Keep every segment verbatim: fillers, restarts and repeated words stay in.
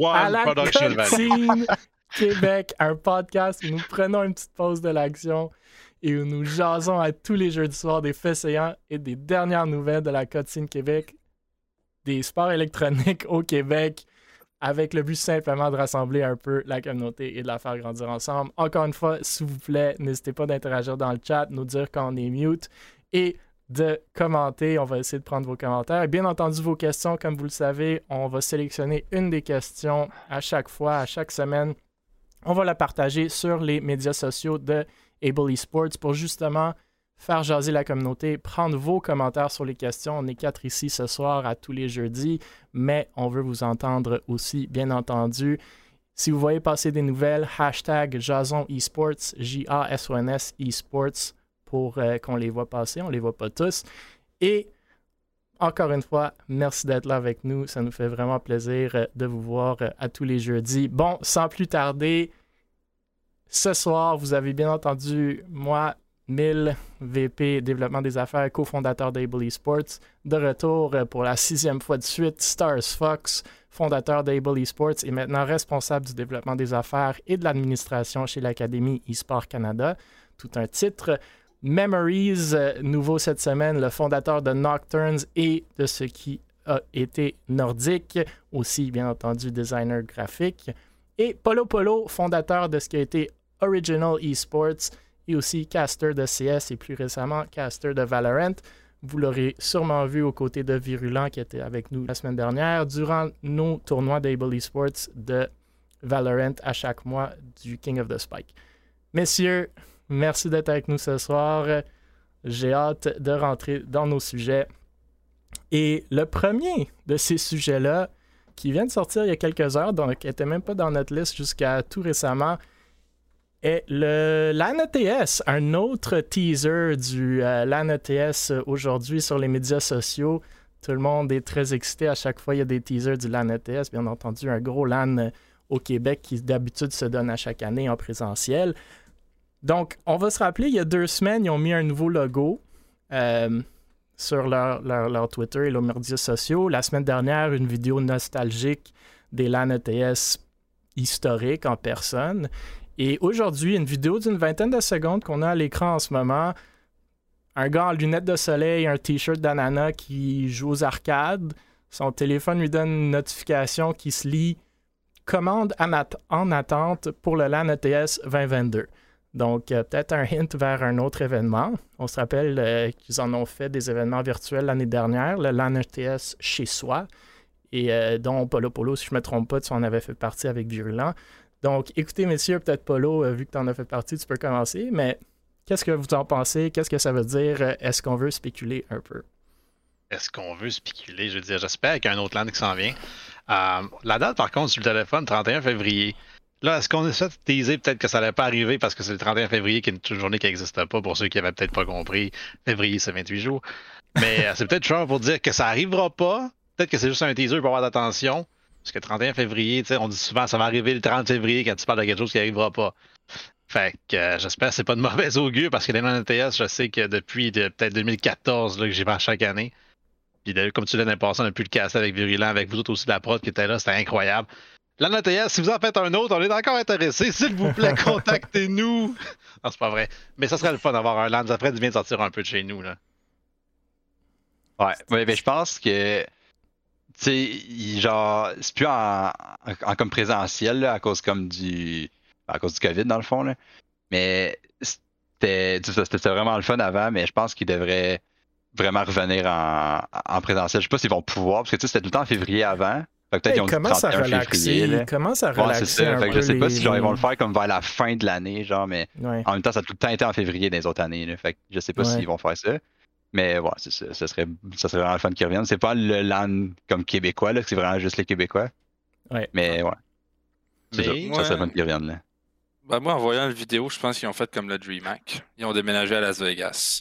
à la production Cantine Québec, un podcast où nous prenons une petite pause de l'action et où nous jasons à tous les jeudis soirs des faits saillants et des dernières nouvelles de la Cantine Québec, des sports électroniques au Québec, avec le but simplement de rassembler un peu la communauté et de la faire grandir ensemble. Encore une fois, s'il vous plaît, n'hésitez pas d'interagir dans le chat, nous dire quand on est mute et de commenter. On va essayer de prendre vos commentaires. Et bien entendu, vos questions, comme vous le savez, on va sélectionner une des questions à chaque fois, à chaque semaine. On va la partager sur les médias sociaux de Able Esports pour justement faire jaser la communauté, prendre vos commentaires sur les questions. On est quatre ici ce soir à tous les jeudis, mais on veut vous entendre aussi, bien entendu. Si vous voyez passer des nouvelles, hashtag Jason Esports, J A S O N S Esports, pour euh, qu'on les voit passer. On ne les voit pas tous. Et encore une fois, merci d'être là avec nous. Ça nous fait vraiment plaisir euh, de vous voir euh, à tous les jeudis. Bon, sans plus tarder, ce soir, vous avez bien entendu moi, Mille, V P Développement des affaires, cofondateur d'Able Esports, de retour pour la sixième fois de suite, Stars Fox, fondateur d'Able Esports et maintenant responsable du développement des affaires et de l'administration chez l'Académie eSport Canada. Tout un titre. Memories, nouveau cette semaine, le fondateur de Nocturnes et de ce qui a été Nordique, aussi bien entendu designer graphique. Et Polo Polo, fondateur de ce qui a été Original Esports, et aussi caster de C S et plus récemment caster de Valorant. Vous l'aurez sûrement vu aux côtés de Virulent qui était avec nous la semaine dernière durant nos tournois d'Able Esports de Valorant à chaque mois du King of the Spike. Messieurs, merci d'être avec nous ce soir. J'ai hâte de rentrer dans nos sujets. Et le premier de ces sujets-là, qui vient de sortir il y a quelques heures, donc qui n'était même pas dans notre liste jusqu'à tout récemment, est le LAN E T S, un autre teaser du euh, LAN E T S aujourd'hui sur les médias sociaux. Tout le monde est très excité. À chaque fois, il y a des teasers du LAN E T S. Bien entendu, un gros LAN au Québec qui d'habitude se donne à chaque année en présentiel. Donc, on va se rappeler, il y a deux semaines, ils ont mis un nouveau logo euh, sur leur, leur, leur Twitter et leurs médias sociaux. La semaine dernière, une vidéo nostalgique des LAN E T S historiques en personne. Et aujourd'hui, une vidéo d'une vingtaine de secondes qu'on a à l'écran en ce moment. Un gars en lunettes de soleil, un t-shirt d'ananas qui joue aux arcades. Son téléphone lui donne une notification qui se lit « Commande en, at- en attente pour le LAN E T S vingt vingt-deux ». Donc, euh, peut-être un hint vers un autre événement. On se rappelle euh, qu'ils en ont fait des événements virtuels l'année dernière, le LAN E T S chez soi, et euh, dont Polo Polo, si je ne me trompe pas, tu en avais fait partie avec Virulent. Donc, écoutez, messieurs, peut-être Polo, euh, vu que tu en as fait partie, tu peux commencer, mais qu'est-ce que vous en pensez? Qu'est-ce que ça veut dire? Est-ce qu'on veut spéculer un peu? Est-ce qu'on veut spéculer? Je veux dire, j'espère qu'il y a un autre land qui s'en vient. Euh, la date, par contre, sur le téléphone, trente et un février. Là, est-ce qu'on essaie de teaser peut-être que ça n'allait pas arriver parce que c'est le trente et un février qui est une journée qui n'existe pas pour ceux qui n'avaient peut-être pas compris. Février, c'est vingt-huit jours. Mais euh, c'est peut-être genre pour dire que ça n'arrivera pas. Peut-être que c'est juste un teaser pour avoir d'attention. Parce que trente et un février, on dit souvent ça va arriver le trente février quand tu parles de quelque chose qui n'arrivera pas. Fait que euh, j'espère que c'est pas de mauvais augure parce que les LAN E T S, je sais que depuis de, peut-être deux mille quatorze là, que j'y vais à chaque année. Puis de, comme tu l'as l'année passée, on a pu le casser avec Virulent, avec vous autres aussi de la prod qui était là, c'était incroyable. LAN E T S, si vous en faites un autre, on est encore intéressés, s'il vous plaît, contactez-nous. Non, c'est pas vrai. Mais ça serait le fun d'avoir un LAN. Après, il vient de sortir un peu de chez nous. Là. Ouais, ouais mais je pense que. Tu sais, genre, c'est plus en, en, en comme présentiel, là, à cause comme du. À cause du COVID, dans le fond, là. Mais c'était, c'était vraiment le fun avant, mais je pense qu'ils devraient vraiment revenir en, en présentiel. Je sais pas s'ils vont pouvoir, parce que tu sais, c'était tout le temps en février avant. Fait que peut-être hey, ils ont commence dit trente et un à relaxer, février. Là. Commence à ouais, relaxer c'est ça. un Fait que peu je sais pas les... si genre, ils vont le faire comme vers la fin de l'année, genre, mais ouais. en même temps, ça a tout le temps été en février dans les autres années. Là. Fait que je sais pas ouais. s'ils vont faire ça. Mais ouais, c'est ça. Ça serait, ça serait vraiment le fun qu'ils reviennent. C'est pas le LAN comme québécois, là, c'est vraiment juste les Québécois. Ouais. Mais ouais. C'est Mais, ça. ouais. Ça serait le fun qu'ils reviennent, là. Ben moi, en voyant la vidéo, je pense qu'ils ont fait comme le DreamHack. Ils ont déménagé à Las Vegas.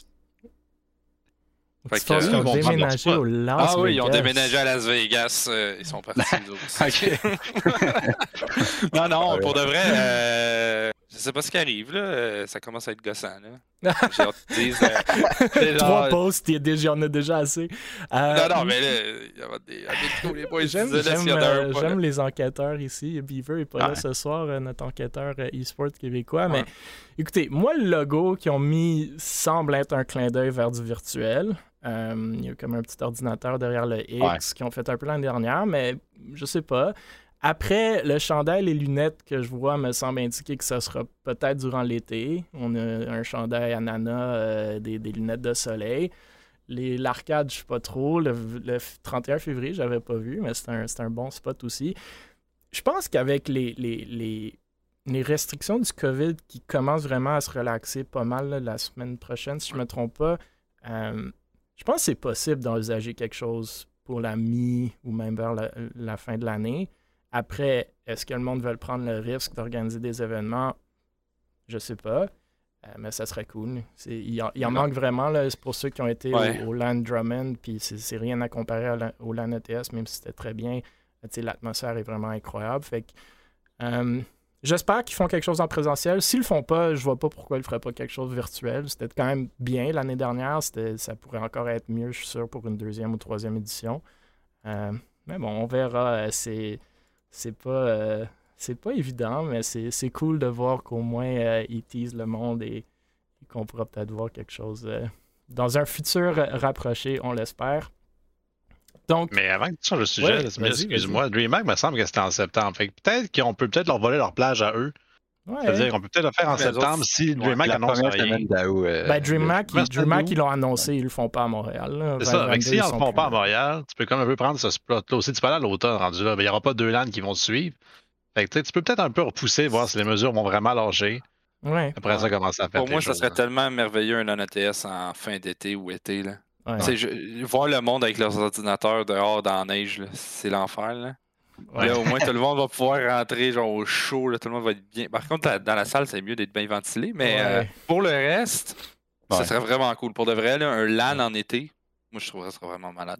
Fait que, ils ont déménagé au Las Vegas. Ah oui, ils ont déménagé à Las Vegas. Euh, ils sont partis eux aussi. Ok. non, non, pour de vrai, euh, Je sais pas ce qui arrive, là. euh, Ça commence à être gossant, là. J'ai hâte qu'ils disent, euh, c'est Trois genre- posts, il y a déjà, on a déjà assez. Euh, Non, non, mais là, il y a des, il y a des tous les boys. J'aime, J'aime, là, j'aime, s'il y en a euh, un pas, j'aime là. les enquêteurs ici. Beaver est pas là Ouais. ce soir, euh, notre enquêteur euh, e-sport québécois. Mais Ouais. écoutez, moi, le logo qu'ils ont mis semble être un clin d'œil vers du virtuel. Euh, il y a comme un petit ordinateur derrière le X Ouais. qu'ils ont fait un peu l'année dernière, mais je sais pas. Après, le chandail et les lunettes que je vois me semblent indiquer que ça sera peut-être durant l'été. On a un chandail ananas, euh, des, des lunettes de soleil. Les, l'arcade, je sais pas trop. Le, le trente et un février, j'avais pas vu, mais c'est un, c'est un bon spot aussi. Je pense qu'avec les, les, les, les restrictions du COVID qui commencent vraiment à se relaxer pas mal là, la semaine prochaine, si je me trompe pas, euh, je pense que c'est possible d'envisager quelque chose pour la mi ou même vers la, la fin de l'année. Après, est-ce que le monde veut prendre le risque d'organiser des événements? Je sais pas. Euh, mais ça serait cool. C'est, il, en, il en manque vraiment. Là, c'est pour ceux qui ont été Ouais. au, au LAN Drummond. Puis c'est, c'est rien à comparer à la- au LAN E T S, même si c'était très bien. Tu sais, l'atmosphère est vraiment incroyable. Fait que, euh, j'espère qu'ils font quelque chose en présentiel. S'ils le font pas, je vois pas pourquoi ils ne feraient pas quelque chose de virtuel. C'était quand même bien l'année dernière. C'était, ça pourrait encore être mieux, je suis sûr, pour une deuxième ou troisième édition. Euh, mais bon, on verra. Euh, C'est, c'est pas. euh, c'est pas évident, mais c'est, c'est cool de voir qu'au moins euh, ils teasent le monde et, et qu'on pourra peut-être voir quelque chose euh, dans un futur euh, rapproché, on l'espère. Donc, Mais avant que tu changes de sujet, Ouais, là, vas-y, excuse-moi, DreamHack me semble que c'était en septembre. Fait que peut-être qu'on peut peut-être leur voler leur plage à eux. ouais. C'est-à-dire qu'on peut peut-être le faire en Mais les septembre autres, si ouais, DreamHack La annonce première rien. semaine d'août. euh, Ben, DreamHack, le- ils, DreamHack, le- ils l'ont annoncé, ils le font pas à Montréal. Là. C'est ça. Fait vingt vingt-deux, que s'ils en ils sont font plus pas à là. Montréal, tu peux comme un peu prendre ce spot-là aussi. Tu peux aller à l'automne rendu là. Il n'y aura pas deux LAN qui vont te suivre. Fait que tu sais, tu peux peut-être un peu repousser, voir si les mesures vont vraiment lâcher. Ouais, Après ça, Ouais. commencer à faire Pour moi, tes ça choses, serait là. tellement merveilleux un N A T S en fin d'été ou été. Là. ouais, Tu sais, je- voir le monde avec leurs ordinateurs dehors dans la neige, là, c'est l'enfer. Là. ouais. Là, au moins, tout le monde va pouvoir rentrer genre, au chaud. Là, tout le monde va être bien. Par contre, la- dans la salle, c'est mieux d'être bien ventilé. Mais Ouais. euh, pour le reste, ça Ouais. serait vraiment cool. Pour de vrai, là, un LAN en été, moi, je trouverais ça serait vraiment malade.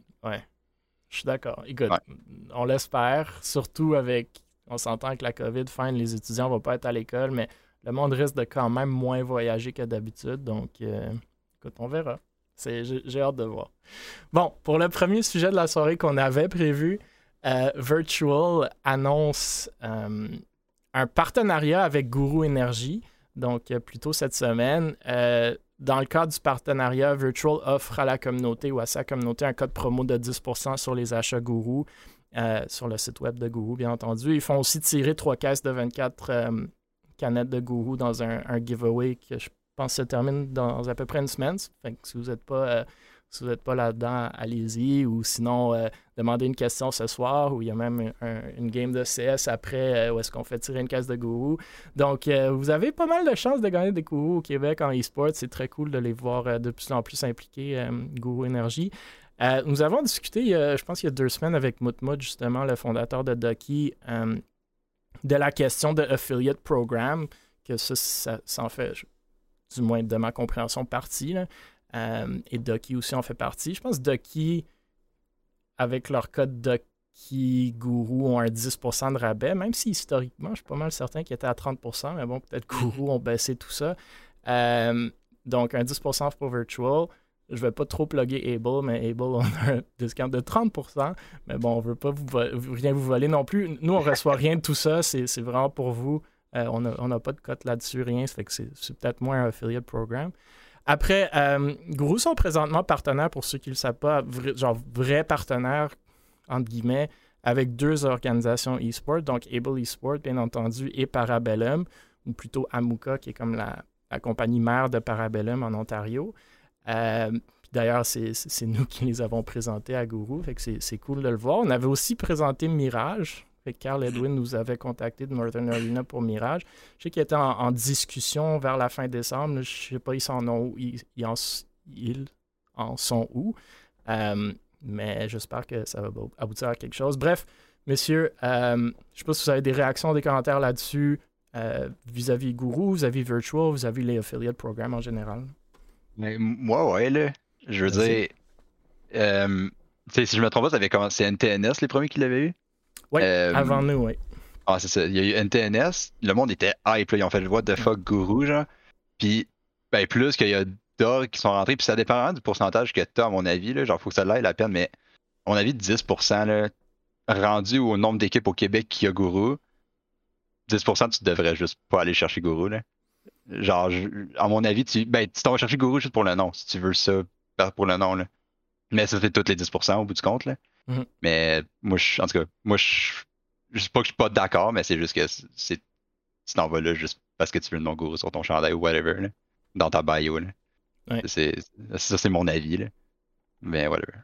Je suis d'accord. Écoute, Ouais. on l'espère, surtout avec, on s'entend que la COVID, fine, les étudiants vont pas être à l'école, mais le monde risque de quand même moins voyager que d'habitude. Donc, euh, écoute, on verra. C'est, j'ai, j'ai hâte de voir. Bon, pour le premier sujet de la soirée qu'on avait prévu, euh, Virtual annonce euh, un partenariat avec Guru Energy, donc euh, plutôt cette semaine. Euh, dans le cadre du partenariat, Virtual offre à la communauté ou à sa communauté un code promo de dix pour cent sur les achats Guru, euh, sur le site web de Guru, bien entendu. Ils font aussi tirer trois caisses de vingt-quatre euh, canettes de Guru dans un, un giveaway que je pense se termine dans à peu près une semaine. Fait que si vous n'êtes pas, euh, si vous êtes pas là-dedans, allez-y. Ou sinon, euh, demandez une question ce soir, où il y a même un- une game de C S après, euh, où est-ce qu'on fait tirer une caisse de Guru. Donc, euh, vous avez pas mal de chances de gagner des Guru au Québec en e-sport. C'est très cool de les voir euh, de plus en plus impliqués, euh, Guru Energy. Euh, nous avons discuté, il y a- je pense qu'il y a deux semaines, avec Moutmout, justement, le fondateur de Ducky, euh, de la question de Affiliate Program, que ça, ça, ça en fait, je- du moins de ma compréhension, partie. Là. Euh, et Ducky aussi en fait partie. Je pense que Ducky, avec leur code Ducky Guru, ont un dix pour cent de rabais, même si historiquement, je suis pas mal certain qu'ils étaient à trente pour cent, mais bon, peut-être Guru ont baissé tout ça. Euh, donc, un dix pour cent pour Virtual. Je vais pas trop plugger Able, mais Able, on a un discount de trente pour cent. Mais bon, on veut pas vous vo- rien vous voler non plus. Nous, on reçoit rien de tout ça. C'est, c'est vraiment pour vous. Euh, on n'a on a pas de cote là-dessus, rien. Ça fait que c'est, c'est peut-être moins un affiliate program. Après, euh, Guru sont présentement partenaires, pour ceux qui ne le savent pas, vra- genre vrais partenaires, entre guillemets, avec deux organisations e-sport, donc Able eSport, bien entendu, et Parabellum, ou plutôt Amuka, qui est comme la, la compagnie mère de Parabellum en Ontario. Euh, puis d'ailleurs, c'est, c'est c'est nous qui les avons présentés à Guru, fait que c'est, c'est cool de le voir. On avait aussi présenté Mirage. Fait que Carl Edwin nous avait contacté de Northern Arena pour Mirage. Je sais qu'il était en, en discussion vers la fin décembre. Je sais pas, ils s'en ont où, ils, ils, en, ils en sont où. Euh, mais j'espère que ça va aboutir à quelque chose. Bref, messieurs, euh, je sais pas si vous avez des réactions, des commentaires là-dessus euh, vis-à-vis Guru, vis-à-vis Virtual, vis-à-vis les affiliate programmes en général. Mais moi, ouais, là. Je veux Vas-y. dire. Euh, tu sais, si je me trompe pas, ça avait commencé. C'est N T N S les premiers qui l'avaient eu. Oui, Euh, avant nous, oui. Ah, c'est ça. Il y a eu N T N S, le monde était hype, là. Ils ont fait le what the fuck Guru, genre. Puis, ben, plus qu'il y a d'or qui sont rentrés, puis ça dépend vraiment du pourcentage que t'as, à mon avis, là. Genre, faut que ça l'aille la peine, mais à mon avis, dix pour cent, là, rendu au nombre d'équipes au Québec qui a Guru, dix pour cent, tu devrais juste pas aller chercher Guru, là. Genre, je- à mon avis, tu ben, tu t'en vas chercher Guru juste pour le nom, si tu veux ça pour le nom, là. Mais ça fait tous les dix pour cent au bout du compte, là. Mhm. Mais moi, je, en tout cas, moi, je, je sais pas que je suis pas d'accord, mais c'est juste que c'est, tu t'en vas là juste parce que tu veux le nom Guru sur ton chandail ou whatever, là, dans ta bio, là. Ouais. C'est, ça, c'est mon avis, là. Mais whatever.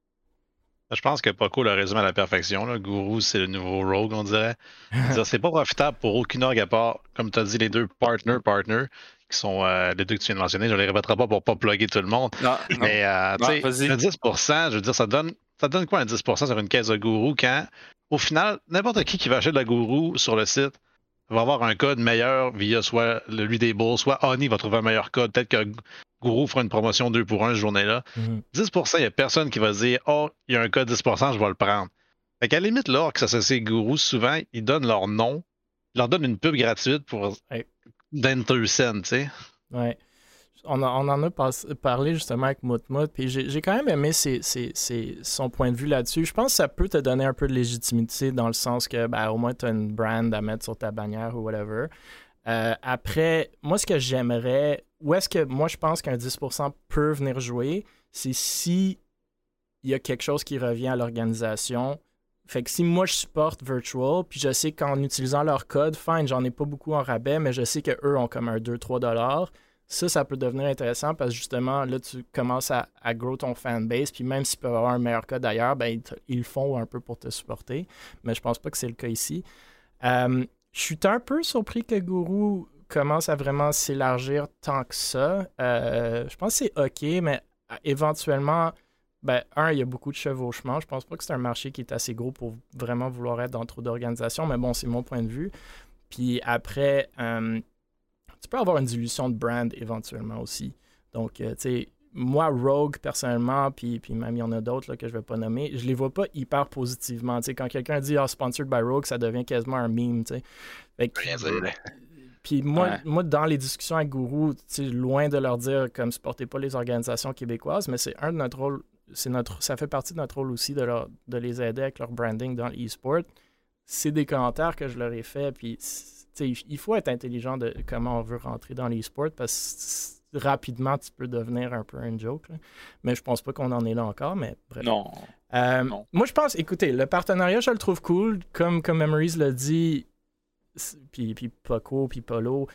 Je pense que Poco le résume à la perfection. Là. Guru, c'est le nouveau Rogue, on dirait. C'est-à-dire, c'est pas profitable pour aucune orgue à part, comme tu as dit, les deux partners, partners, qui sont euh, les deux que tu viens de mentionner. Je les répéterai pas pour pas plugger tout le monde. Non, non. Mais euh, tu Non, sais, vas-y. le dix pour cent, je veux dire, ça donne, ça donne quoi un dix pour cent sur une caisse de Guru quand, au final, n'importe qui qui va acheter de la Guru sur le site va avoir un code meilleur via soit le lui des Bulls, soit Oni va trouver un meilleur code. Peut-être que Guru fera une promotion deux pour un cette journée-là. Mhm. dix pour cent, il n'y a personne qui va se dire oh, il y a un code dix pour cent, je vais le prendre. Fait qu'à la limite, là, que s'associe Guru, souvent, ils donnent leur nom, ils leur donnent une pub gratuite pour Ouais. d'enter scène, tu sais. Ouais. On, a- on en a pas- parlé justement avec Moutmout, puis j'ai j'ai quand même aimé ses- ses- ses- son point de vue là-dessus. Je pense que ça peut te donner un peu de légitimité dans le sens que, ben, au moins, tu as une brand à mettre sur ta bannière ou whatever. Euh, après, moi, ce que j'aimerais, où est-ce que moi, je pense qu'un dix pour cent peut venir jouer, c'est si il y a quelque chose qui revient à l'organisation. Fait que si moi, je supporte Virtual, puis je sais qu'en utilisant leur code, fine, j'en ai pas beaucoup en rabais, mais je sais qu'eux ont comme un deux trois dollars. Ça, ça peut devenir intéressant parce que justement, là, tu commences à, à grow ton fanbase, puis même s'ils peuvent avoir un meilleur code ailleurs, ben, ils, te- ils le font un peu pour te supporter. Mais je pense pas que c'est le cas ici. Euh, je suis un peu surpris que Guru commence à vraiment s'élargir tant que ça. Euh, je pense que c'est OK, mais euh, éventuellement, ben, un, il y a beaucoup de chevauchements. Je pense pas que c'est un marché qui est assez gros pour vraiment vouloir être dans trop d'organisations, mais bon, c'est mon point de vue. Puis après, euh, tu peux avoir une dilution de brand éventuellement aussi. Donc, euh, tu sais, moi, Rogue, personnellement, puis, puis même il y en a d'autres là, que je ne vais pas nommer, je les vois pas hyper positivement. Tu sais, quand quelqu'un dit ah, sponsored by Rogue, ça devient quasiment un meme. Tu sais. Fait que- Rien dire, là. puis moi, Ouais. moi, dans les discussions avec Guru, tu sais, loin de leur dire comme supportez pas les organisations québécoises, mais c'est un de notre rôle, c'est notre, ça fait partie de notre rôle aussi de, leur, de les aider avec leur branding dans l'e-sport. C'est des commentaires que je leur ai faits, puis tu sais, il faut être intelligent de comment on veut rentrer dans l'e-sport parce que rapidement, tu peux devenir un peu un joke. Là. Mais je pense pas qu'on en est là encore, mais bref. Non. Euh, Non. Moi, je pense, écoutez, le partenariat, je le trouve cool. Comme, comme Memories l'a dit, c'est- puis, puis Poco, puis Polo,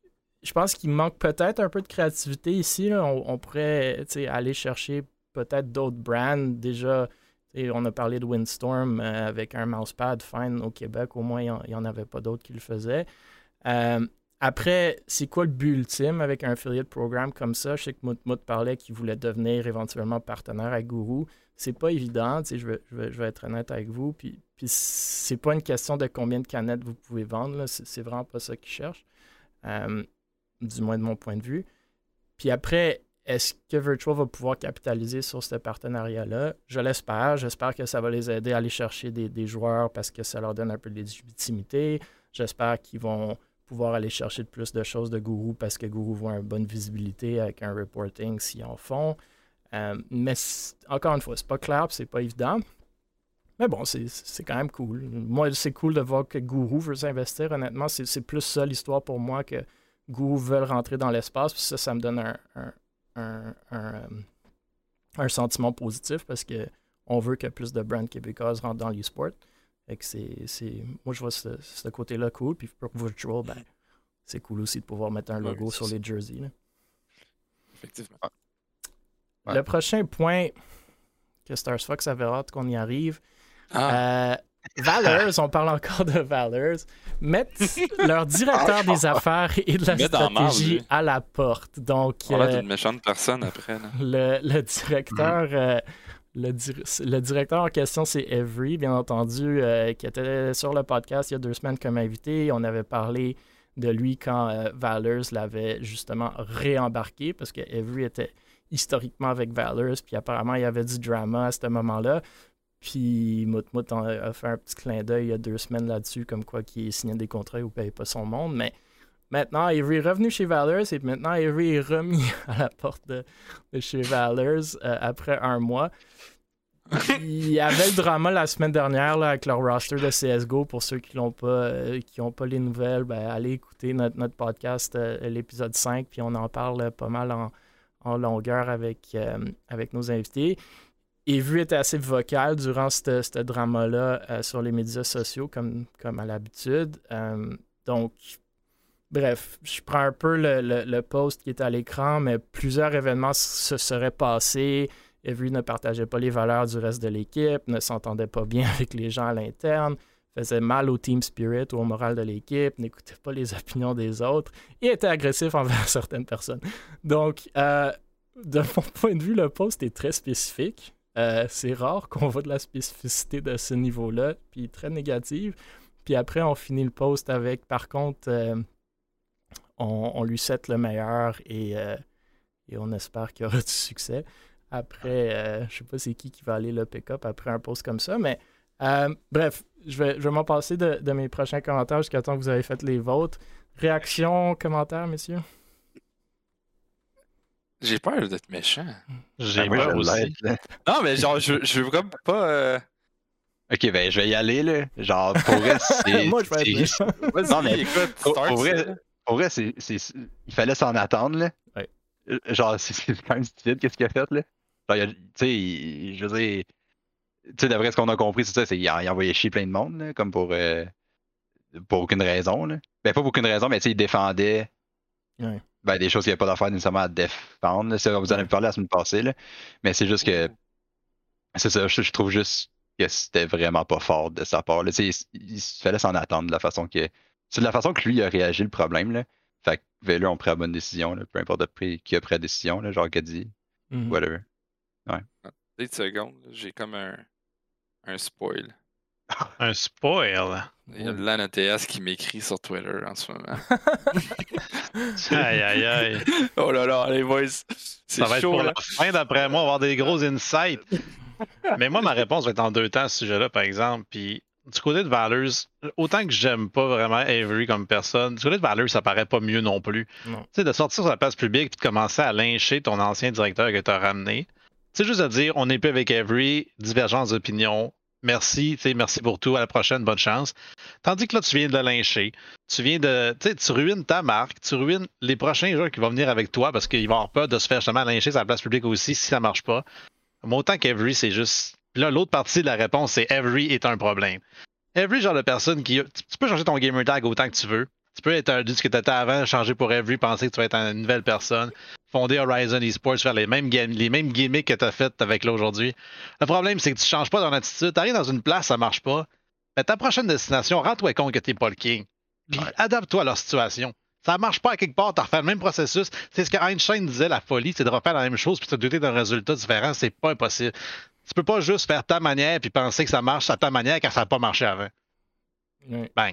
je pense qu'il manque peut-être un peu de créativité ici. Là. On, on pourrait tu sais, aller chercher peut-être d'autres brands. Déjà, tu sais, on a parlé de Windstorm euh, avec un mousepad fine au Québec. Au moins, il n'y en, en avait pas d'autres qui le faisaient. Euh, après, c'est quoi le but ultime avec un affiliate programme comme ça? Je sais que Moutmout parlait qu'il voulait devenir éventuellement partenaire avec Guru. C'est pas évident, tu sais, je vais, je, vais, je vais être honnête avec vous. Puis, puis c'est pas une question de combien de canettes vous pouvez vendre. Là. C'est, c'est vraiment pas ça qu'ils cherchent. Euh, du moins de mon point de vue. Puis après, est-ce que Virtual va pouvoir capitaliser sur ce partenariat-là? Je l'espère. J'espère que ça va les aider à aller chercher des, des joueurs parce que ça leur donne un peu de légitimité. J'espère qu'ils vont pouvoir aller chercher de plus de choses de Guru parce que Guru voit une bonne visibilité avec un reporting s'ils en font. Euh, mais c- encore une fois, c'est pas clair, puis c'est pas évident. Mais bon, c'est, c'est quand même cool. Moi, c'est cool de voir que Guru veut s'investir. Honnêtement, c'est, c'est plus ça l'histoire pour moi que Guru veulent rentrer dans l'espace. Puis ça, ça me donne un, un, un, un, euh, un sentiment positif parce que on veut que plus de brands québécoises rentrent dans l'e-sport. Fait que c'est, c'est, moi, je vois ce, ce côté-là cool. Puis pour Virtual, ben, c'est cool aussi de pouvoir mettre un logo Ouais, sur c'est les jerseys. Là. Effectivement. Ouais. Le prochain point que Stars Fox avait hâte qu'on y arrive. Ah, Euh, Valors, on parle encore de Valors, mettent leur directeur des affaires et de la Met dans la marde, stratégie lui. à la porte. Donc, on a l'air euh, d'une méchante personne après. Là. le, le directeur euh, le, dir- le directeur en question, c'est Every, bien entendu, euh, qui était sur le podcast il y a deux semaines comme invité. On avait parlé de lui quand euh, Valors l'avait justement réembarqué parce que Every était historiquement avec Valors, puis apparemment il y avait du drama à ce moment-là. Puis Moutmout a fait un petit clin d'œil il y a deux semaines là-dessus, comme quoi qu'il signait des contrats où il ne payait pas son monde. Mais maintenant, Avery est revenu chez Valors et maintenant Avery est remis à la porte de, de chez Valors euh, après un mois. Il y avait le drama la semaine dernière là, avec leur roster de C S G O. Pour ceux qui n'ont pas, euh, qui ont pas les nouvelles, ben, allez écouter notre, notre podcast, euh, l'épisode cinq, puis on en parle pas mal en, en longueur avec, euh, avec nos invités. Avery était assez vocal durant ce ce drama-là euh, sur les médias sociaux, comme, comme à l'habitude. Euh, donc, bref, je prends un peu le, le, le post qui est à l'écran, mais plusieurs événements se seraient passés. Avery ne partageait pas les valeurs du reste de l'équipe, ne s'entendait pas bien avec les gens à l'interne, faisait mal au team spirit ou au moral de l'équipe, n'écoutait pas les opinions des autres et était agressif envers certaines personnes. Donc, euh, de mon point de vue, le post est très spécifique. Euh, c'est rare qu'on voit de la spécificité de ce niveau-là, puis très négative. Puis après, on finit le post avec, par contre, euh, on, on lui souhaite le meilleur et, euh, et on espère qu'il y aura du succès. Après, euh, je sais pas c'est qui qui va aller le pick-up après un post comme ça, mais euh, bref, je vais, je vais m'en passer de, de mes prochains commentaires jusqu'à temps que vous avez fait les vôtres. Réaction, commentaires, messieurs? J'ai peur d'être méchant. J'ai Ben, moi, peur je aussi. l'aide, là. Non, mais genre, je, je veux comme pas. Euh... Ok, ben je vais y aller, là. Genre, pour vrai, c'est. Moi, je vais être c'est- méchant. Vas-y, Non, mais écoute, pour, start pour vrai, ça. pour vrai, c'est, c'est- il fallait s'en attendre, là. Ouais. Genre, c'est c'est quand même stupide, qu'est-ce qu'il a fait, là. Genre, il a- tu sais, il- je veux dire, tu sais, d'après ce qu'on a compris, c'est ça, c'est qu'il a, il a envoyé chier plein de monde, là, comme pour, euh, pour aucune raison, là. Ben, pas pour aucune raison, mais tu sais, il défendait Ouais. ben, des choses qu'il n'y avait pas d'affaire nécessairement à défendre, là. Ça, vous en avez parlé la semaine passée, là. Mais c'est juste que, c'est ça, je, je trouve juste que c'était vraiment pas fort de sa part, là. Tu sais, il, il fallait s'en attendre de la façon que. C'est de la façon que lui a réagi le problème, là. Fait que Valor ont pris la bonne décision, là, peu importe après qui a pris la décision, là, genre qu'a dit, Mhm. whatever. Deux secondes, là, j'ai comme un, un spoil. Un spoil. Il y a Lana T S qui m'écrit sur Twitter en ce moment. Aïe, aïe, aïe. Oh là là, les boys, c'est Ça va être chaud pour là. la fin, d'après moi, on va avoir des gros insights. Mais moi, ma réponse va être en deux temps à ce sujet-là, par exemple. Puis, du côté de Valors, autant que j'aime pas vraiment Avery comme personne, du côté de Valors, ça paraît pas mieux non plus. Non. Tu sais, de sortir sur la place publique et de commencer à lyncher ton ancien directeur que tu as ramené. C'est juste de dire, on n'est plus avec Avery, divergence d'opinion. Merci, tu sais, merci pour tout, à la prochaine, bonne chance. Tandis que là, tu viens de le lyncher. Tu viens de. Tu sais, tu ruines ta marque, tu ruines les prochains joueurs qui vont venir avec toi parce qu'ils vont avoir peur de se faire justement lyncher sur la place publique aussi si ça marche pas. Mais autant qu'Avery, c'est juste. Là, l'autre partie de la réponse, c'est Avery est un problème. Avery, genre de personne qui. Tu, tu peux changer ton gamer tag autant que tu veux. Tu peux être un dude que tu étais avant, changer pour Avery, penser que tu vas être une nouvelle personne, fonder Horizon Esports, faire les mêmes, game, les mêmes gimmicks que tu as fait avec là aujourd'hui. Le problème, c'est que tu changes pas ton attitude. Tu arrives dans une place, ça marche pas. Mais ta prochaine destination, rends-toi compte que tu n'es pas le king. Puis Ouais. adapte-toi à leur situation. Ça marche pas à quelque part, tu refais le même processus. C'est ce que Einstein disait, la folie, c'est de refaire la même chose puis de te douter d'un résultat différent. C'est pas impossible. Tu peux pas juste faire ta manière puis penser que ça marche à ta manière quand ça n'a pas marché avant. Ouais. Bang.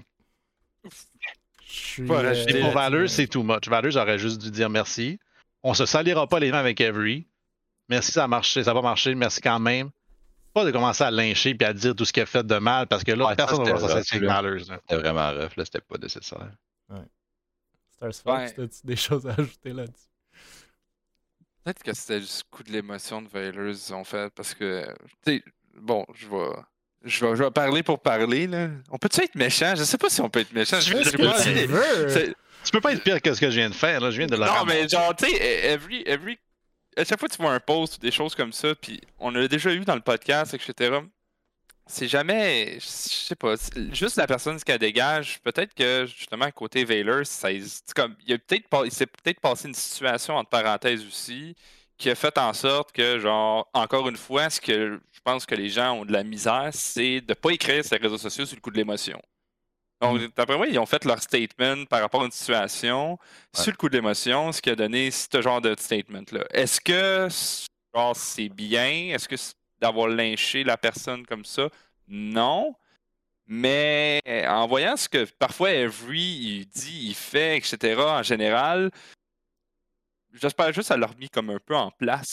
Je suis, Pas euh, rajouter Et pour là-dessus, Valeur, c'est too much. Valeur, j'aurais juste dû dire merci. On se salira pas les mains avec Avery. Merci, ça a marché, ça va marcher. Merci quand même. Pas de commencer à lyncher puis à dire tout ce qu'il a fait de mal parce que là, Ouais, ça, personne ne c'était va s'associer rough, avec là. Valeur. là. C'était vraiment rough, là, c'était pas nécessaire. Starsfox, Ouais. t'as-tu des choses à ajouter là-dessus? Peut-être que c'était juste le coup de l'émotion de Valors ils ont fait parce que, tu sais, bon, je vais, je vais, je vais parler pour parler là. On peut-tu être méchant? Je sais pas si on peut être méchant. Je Fais sais ce pas que si- tu veux. c'est- Tu peux pas être pire que ce que je viens de faire. Là. Je viens de le Non, mais ramasser. genre, tu sais, every, every, à chaque fois que tu vois un post ou des choses comme ça, puis on l'a déjà eu dans le podcast, et cetera. C'est jamais, je sais pas, c'est juste la personne ce qu'elle dégage. Peut-être que justement côté Valor, ça, c'est comme, il, a peut-être pas- il s'est peut-être passé une situation entre parenthèses aussi qui a fait en sorte que, genre, encore une fois, ce que je pense que les gens ont de la misère, c'est de pas écrire sur les réseaux sociaux sur le coup de l'émotion. Donc, d'après moi, ils ont fait leur statement par rapport à une situation sur le coup de l'émotion, ce qui a donné ce genre de statement-là. Est-ce que genre, c'est bien? Est-ce que c'est d'avoir lynché la personne comme ça? Non. Mais en voyant ce que parfois Avery il dit, il fait, et cetera, en général, j'espère juste que ça l'a remis comme un peu en place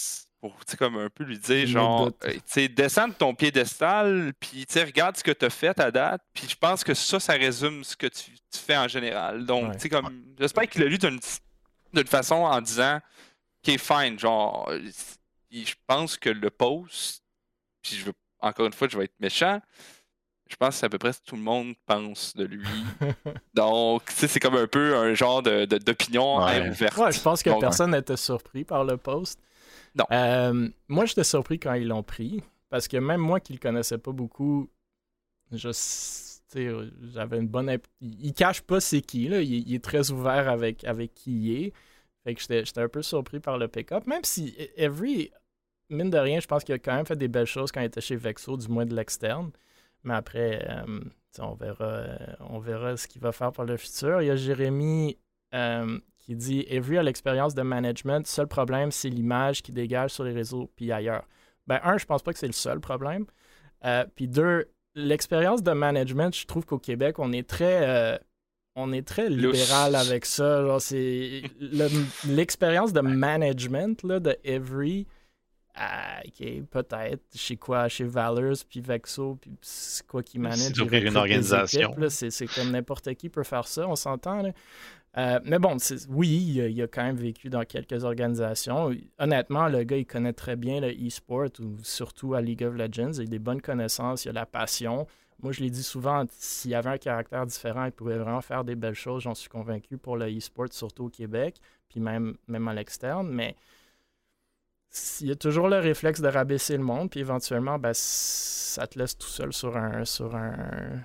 pour tu sais, comme un peu lui dire, Je me genre, doute. euh, tu sais, descends de ton piédestal, puis tu sais, regarde ce que tu as fait à date, puis je pense que ça, ça résume ce que tu, tu fais en général. Donc, Ouais. tu sais, comme, j'espère qu'il a lu d'une d'une façon en disant, OK, fine, genre, euh, je pense que le post, puis je veux, encore une fois, je vais être méchant, je pense que c'est à peu près ce que tout le monde pense de lui. Donc, tu sais, c'est comme un peu un genre de, de- d'opinion à air Ouais. ouverte. Ouais, je pense que Donc, personne n'était surpris par le post. Non. Euh, moi, j'étais surpris quand ils l'ont pris. Parce que même moi qui le connaissais pas beaucoup, je, tu sais, j'avais une bonne. imp- Il, il cache pas c'est qui, là. Il, il est très ouvert avec, avec qui il est. Fait que j'étais, j'étais un peu surpris par le pick-up. Même si Every, mine de rien, je pense qu'il a quand même fait des belles choses quand il était chez Vexo, du moins de l'externe. Mais après, euh, tu sais, on verra, euh, on verra ce qu'il va faire pour le futur. Il y a Jérémy euh, qui dit Every a l'expérience de management. Seul problème, c'est l'image qui dégage sur les réseaux puis ailleurs. Ben, un, je pense pas que c'est le seul problème. Euh, puis deux, l'expérience de management, je trouve qu'au Québec, on est très, euh, on est très libéral Lousse. avec ça. Genre, c'est le- l'expérience de management là, de Every. Ah, ok, peut-être. Chez quoi? Chez Valors, puis Vexo, puis c'est quoi qui manage? C'est ils d'ouvrir une recrutent des organisation. équipes, là. C'est, c'est comme n'importe qui peut faire ça, on s'entend. Là. Euh, mais bon, c'est- oui, il a, il a quand même vécu dans quelques organisations. Honnêtement, le gars, il connaît très bien le e-sport, ou surtout à League of Legends. Il a des bonnes connaissances, il a la passion. Moi, je l'ai dit souvent, s'il y avait un caractère différent, il pouvait vraiment faire des belles choses, j'en suis convaincu, pour le e-sport, surtout au Québec, puis même, même à l'externe. Mais il y a toujours le réflexe de rabaisser le monde, puis éventuellement, ben, ça te laisse tout seul sur un. Sur un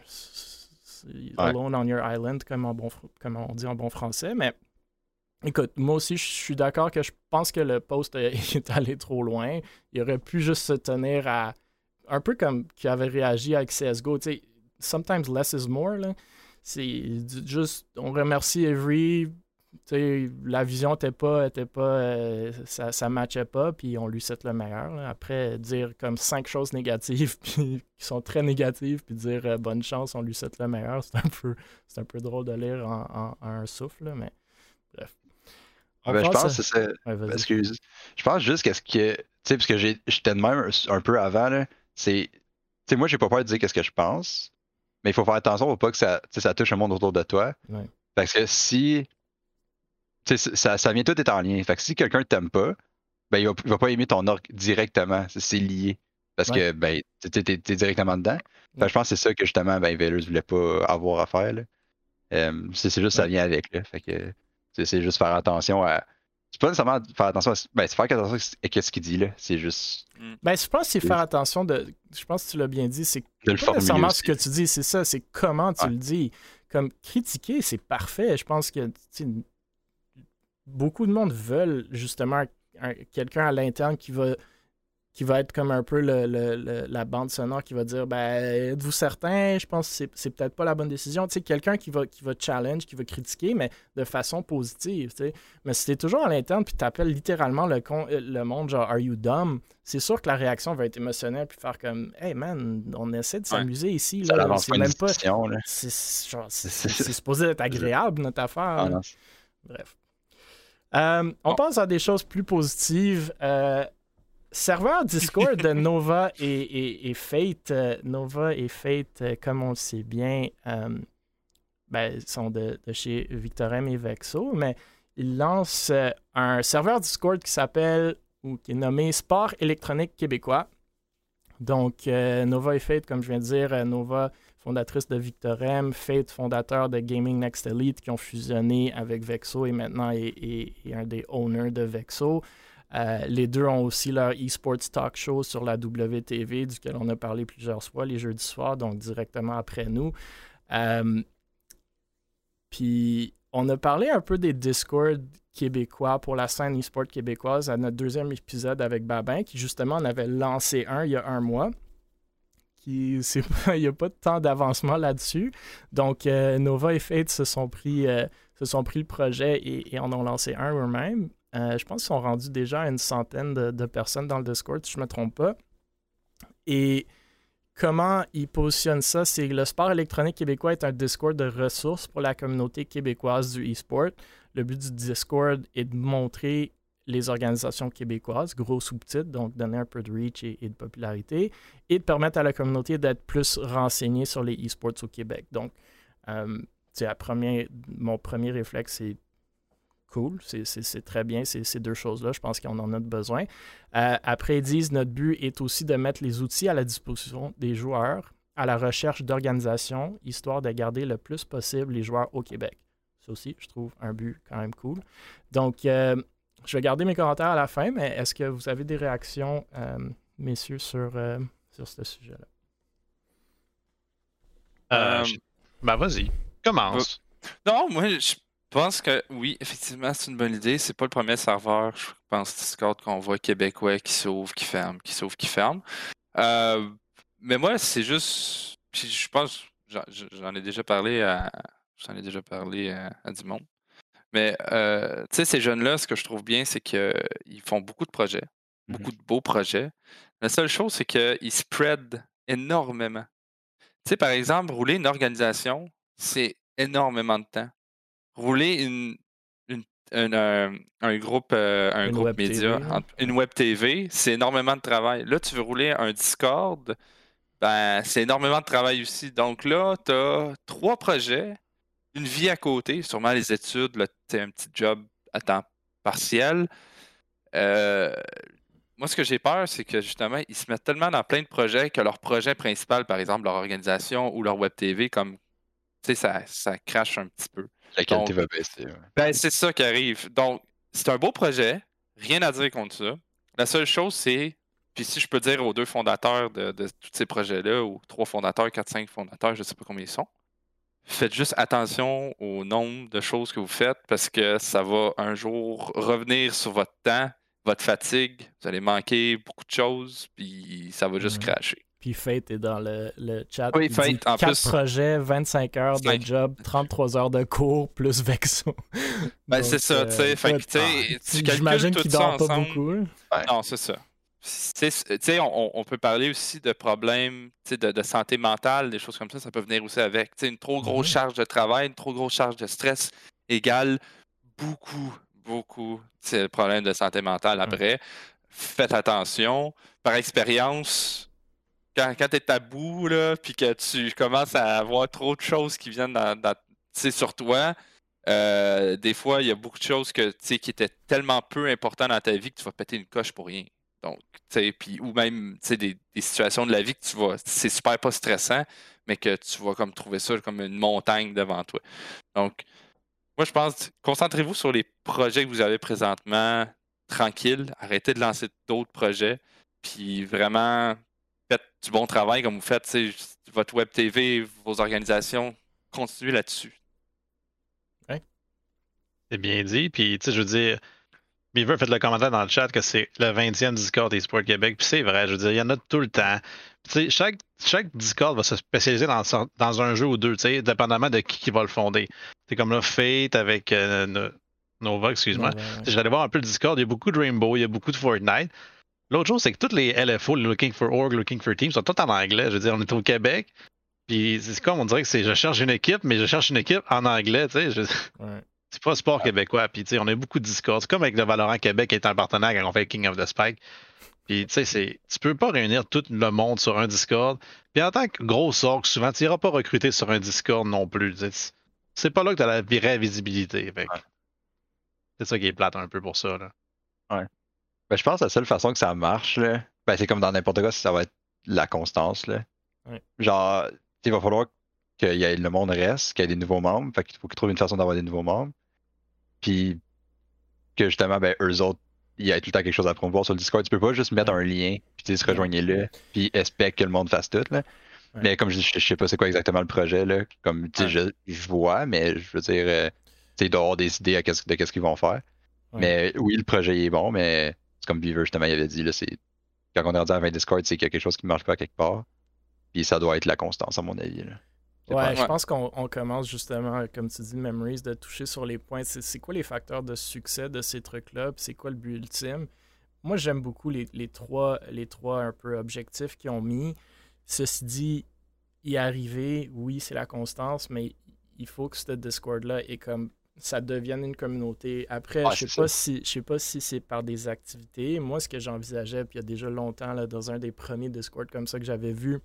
alone on your island, comme, en bon, comme on dit en bon français. Mais écoute, moi aussi, je suis d'accord que je pense que le post est allé trop loin. Il aurait pu juste se tenir à. Un peu comme qu'il avait réagi avec C S G O. Tu sais, sometimes less is more. Là. C'est juste. On remercie Every. T'sais, la vision n'était pas, était pas euh, ça, ça matchait pas, puis on lui souhaite le meilleur. Là. Après, dire comme cinq choses négatives puis, qui sont très négatives, puis dire euh, bonne chance, on lui souhaite le meilleur, c'est un peu, c'est un peu drôle de lire en, en- en un souffle, là, mais bref. On Ben, je passe pense que à- c'est ça. Ouais, vas-y. Excuse. Je pense juste qu'est-ce que. Tu sais, parce que j'ai- j'étais de même un, un peu avant, là. C'est. Tu sais, moi, j'ai pas peur de dire qu'est-ce que je pense, mais il faut faire attention pour pas que ça, tu sais, ça touche le monde autour de toi. Ouais. Parce que si. Tu sais, ça, ça vient tout est en lien. Fait que si quelqu'un t'aime pas, ben, il va, il va pas aimer ton org directement. C'est- C'est lié. Parce Ouais. que, ben, t'es, t'es- t'es directement dedans. Fait que Ouais. je pense que c'est ça que, justement, ben, Veilers voulait pas avoir à faire, là. Euh, c'est c'est juste ça Ouais. vient avec, là. Fait que c'est c'est juste faire attention à. C'est pas nécessairement faire attention à. Ben, c'est faire attention à ce qu'il dit, là. C'est juste Ben, je pense que c'est Oui. faire attention de. Je pense que tu l'as bien dit, c'est de le pas formuler nécessairement aussi. ce que tu dis, c'est ça, c'est comment tu Ouais. le dis. Comme critiquer, c'est parfait. Je pense que tu sais, beaucoup de monde veulent justement un- quelqu'un à l'interne qui va, qui va être comme un peu le- le- le- la bande sonore qui va dire ben êtes-vous certain, je pense que c'est, c'est peut-être pas la bonne décision. Tu sais, quelqu'un qui va, qui va challenge, qui va critiquer, mais de façon positive. Tu sais. Mais si t'es toujours à l'interne puis t'appelles littéralement le, con- le monde genre Are you dumb? C'est sûr que la réaction va être émotionnelle puis faire comme Hey man, on essaie de s'amuser ici. Ça Là. n'avance C'est pas une même pas. discussion, là. C'est, c'est- genre, c'est- c'est- c'est supposé être agréable notre affaire. Ah, là. non. Bref. Euh, on Bon. passe à des choses plus positives. Euh, serveur Discord de Nova et, et- et Fate. euh, Nova et Fate, euh, comme on le sait bien, euh, ben, sont de, de chez Victorem et Vexo, mais ils lancent euh, un serveur Discord qui s'appelle, ou qui est nommé Sport électronique québécois. Donc, euh, Nova et Fate, comme je viens de dire, euh, Nova, fondatrice de Victorem, Fate, fondateur de Gaming Next Elite, qui ont fusionné avec Vexo et maintenant est, est- est un des owners de Vexo. Euh, les deux ont aussi leur eSports Talk Show sur la W T V, duquel on a parlé plusieurs fois les jeudis soirs, donc directement après nous. Euh, Puis, on a parlé un peu des Discord québécois pour la scène e-sport québécoise à notre deuxième épisode avec Babin, qui justement en avait lancé un il y a un mois. Qui, c'est pas- il n'y a pas de temps d'avancement là-dessus. Donc, euh, Nova et Fate se sont pris, euh, se sont pris le projet et, et en ont lancé un eux-mêmes. Euh, je pense qu'ils sont rendus déjà à une centaine de, de personnes dans le Discord, si je ne me trompe pas. Et comment ils positionnent ça, c'est que le sport électronique québécois est un Discord de ressources pour la communauté québécoise du e-sport. Le but du Discord est de montrer les organisations québécoises, grosses ou petites, donc donner un peu de reach et, et de popularité, et de permettre à la communauté d'être plus renseignée sur les e-sports au Québec. Donc, euh, à premier, mon premier réflexe, c'est cool, c'est, c'est, c'est très bien, c'est, ces deux choses-là, je pense qu'on en a besoin. Euh, après, ils disent, notre but est aussi de mettre les outils à la disposition des joueurs à la recherche d'organisation, histoire de garder le plus possible les joueurs au Québec. Ça aussi, je trouve un but quand même cool. Donc, euh, je vais garder mes commentaires à la fin, mais est-ce que vous avez des réactions, euh, messieurs, sur, euh, sur ce sujet-là? Euh, Euh, je- Ben, vas-y. Commence. Non, moi, je pense que oui, effectivement, c'est une bonne idée. C'est pas le premier serveur, je pense, Discord qu'on voit québécois qui s'ouvre, qui ferme, qui s'ouvre, qui ferme. Euh, mais moi, c'est juste. Puis je pense, j'en, j'en ai déjà parlé à. J'en ai déjà parlé à, à du monde. Mais, euh, tu sais, ces jeunes-là, ce que je trouve bien, c'est qu'ils font beaucoup de projets, Mhm. beaucoup de beaux projets. La seule chose, c'est qu'ils spread énormément. Tu sais, par exemple, rouler une organisation, c'est énormément de temps. Rouler une, une- un, un- un groupe, euh, un Une groupe web T V, média, là. en- une web T V, c'est énormément de travail. Là, tu veux rouler un Discord, ben, c'est énormément de travail aussi. Donc là, tu as trois projets, une vie à côté, sûrement les études, là, t'as un petit job à temps partiel. Euh, moi, ce que j'ai peur, c'est que justement, ils se mettent tellement dans plein de projets que leur projet principal, par exemple, leur organisation ou leur web T V, comme, tu sais, ça, ça crache un petit peu. La qualité Donc, va baisser. Ouais. ben, c'est ça qui arrive. Donc, c'est un beau projet, rien à dire contre ça. La seule chose, c'est, puis si je peux dire aux deux fondateurs de, de tous ces projets-là, ou trois fondateurs, quatre, cinq fondateurs, je ne sais pas combien ils sont, faites juste attention au nombre de choses que vous faites parce que ça va un jour revenir sur votre temps, votre fatigue. Vous allez manquer beaucoup de choses, puis ça va juste Mhm. cracher. Puis Fate est dans le, le chat. Oui, Il Fate, dit en quatre plus- projets, vingt-cinq heures de Cinq. job, trente-trois heures de cours, plus Vexo. Ben, Donc, c'est ça, tu sais. euh, Fait que, écoute, tu sais, ah, tu calcules j'imagine tout qu'il ça dort pas ensemble. beaucoup. là. Non, c'est ça. Tu sais, tu sais, on, on peut parler aussi de problèmes tu sais, de, de santé mentale, des choses comme ça, ça peut venir aussi avec. Tu sais, une trop grosse Mhm. charge de travail, une trop grosse charge de stress égale beaucoup, beaucoup de problèmes de santé mentale après. Faites attention. Par expérience, quand, quand tu es à bout, là, puis que tu commences à avoir trop de choses qui viennent dans, dans- tu sais, sur toi, euh, des fois, il y a beaucoup de choses que, tu sais, qui étaient tellement peu importantes dans ta vie que tu vas péter une coche pour rien. Donc, tu sais, puis, ou même, tu sais, des, des situations de la vie que tu vas, c'est super pas stressant, mais que tu vas comme trouver ça comme une montagne devant toi. Donc, moi, je pense, concentrez-vous sur les projets que vous avez présentement, tranquille, arrêtez de lancer d'autres projets, puis vraiment, faites du bon travail comme vous faites, tu sais, votre web T V, vos organisations, continuez là-dessus. C'est bien dit. Puis, tu sais, je veux dire, Beaver, faites le commentaire dans le chat que c'est le vingtième Discord des Sports Québec. Puis c'est vrai, je veux dire, il y en a tout le temps. Puis, tu sais, chaque, chaque Discord va se spécialiser dans, dans un jeu ou deux, tu sais, dépendamment de qui, qui va le fonder. C'est comme là, Fate avec euh, No- Nova, excuse-moi. Nova, ouais. Tu sais, J'allais voir un peu le Discord, il y a beaucoup de Rainbow, il y a beaucoup de Fortnite. L'autre chose, c'est que toutes les L F O, les Looking for Org, Looking for Team, sont toutes en anglais. Je veux dire, on est au Québec. Puis c'est comme on dirait que c'est je cherche une équipe, mais je cherche une équipe en anglais, tu sais. Je- Ouais. C'est pas sport québécois. Puis, tu sais, on a beaucoup de Discord. C'est comme avec le Valorant Québec qui est un partenaire quand on fait King of the Spike. Puis, tu sais, c'est- tu peux pas réunir tout le monde sur un Discord. Puis, en tant que gros org, souvent, tu iras pas recruter sur un Discord non plus. Tu sais, C'est pas là que tu as la vraie visibilité. Fait que Ouais. C'est ça qui est plate un peu pour ça. Là. Ben, je pense que la seule façon que ça marche, là, ben, c'est comme dans n'importe quoi, ça va être la constance. Là. Ouais. Genre, tu sais, il va falloir que y ait, le monde reste, qu'il y ait des nouveaux membres. Fait qu'il faut qu'ils trouvent une façon d'avoir des nouveaux membres. Puis que justement, ben, eux autres, il y a tout le temps quelque chose à promouvoir sur le Discord. Tu peux pas juste mettre Ouais. un lien, puis tu dis, rejoignez-le, puis espère que le monde fasse tout. Là. Ouais. Mais comme je dis, je, je sais pas c'est quoi exactement le projet. Là. Comme, tu sais, je, je vois, mais je veux dire, euh, tu sais, il doit y avoir des idées à qu'est-ce- de qu'est-ce qu'ils vont faire. Ouais. Mais oui, le projet est bon, mais c'est comme Beaver justement il avait dit, là, c'est quand on est rendu à vingt Discord, c'est qu'il y a quelque chose qui ne marche pas quelque part. Puis ça doit être la constance, à mon avis. Là. C'est Ouais, pas- je pense qu'on on commence justement, comme tu dis, Memories, de toucher sur les points. C'est, c'est quoi les facteurs de succès de ces trucs-là? Puis c'est quoi le but ultime? Moi, j'aime beaucoup les, les, trois, les trois un peu objectifs qu'ils ont mis. Ceci dit, y arriver, oui, c'est la constance, mais il faut que ce Discord-là ait comme ça devienne une communauté. Après, Ouais, je sais c'est pas ça. si je sais pas si c'est par des activités. Moi, ce que j'envisageais, puis il y a déjà longtemps, là, dans un des premiers Discord comme ça que j'avais vu,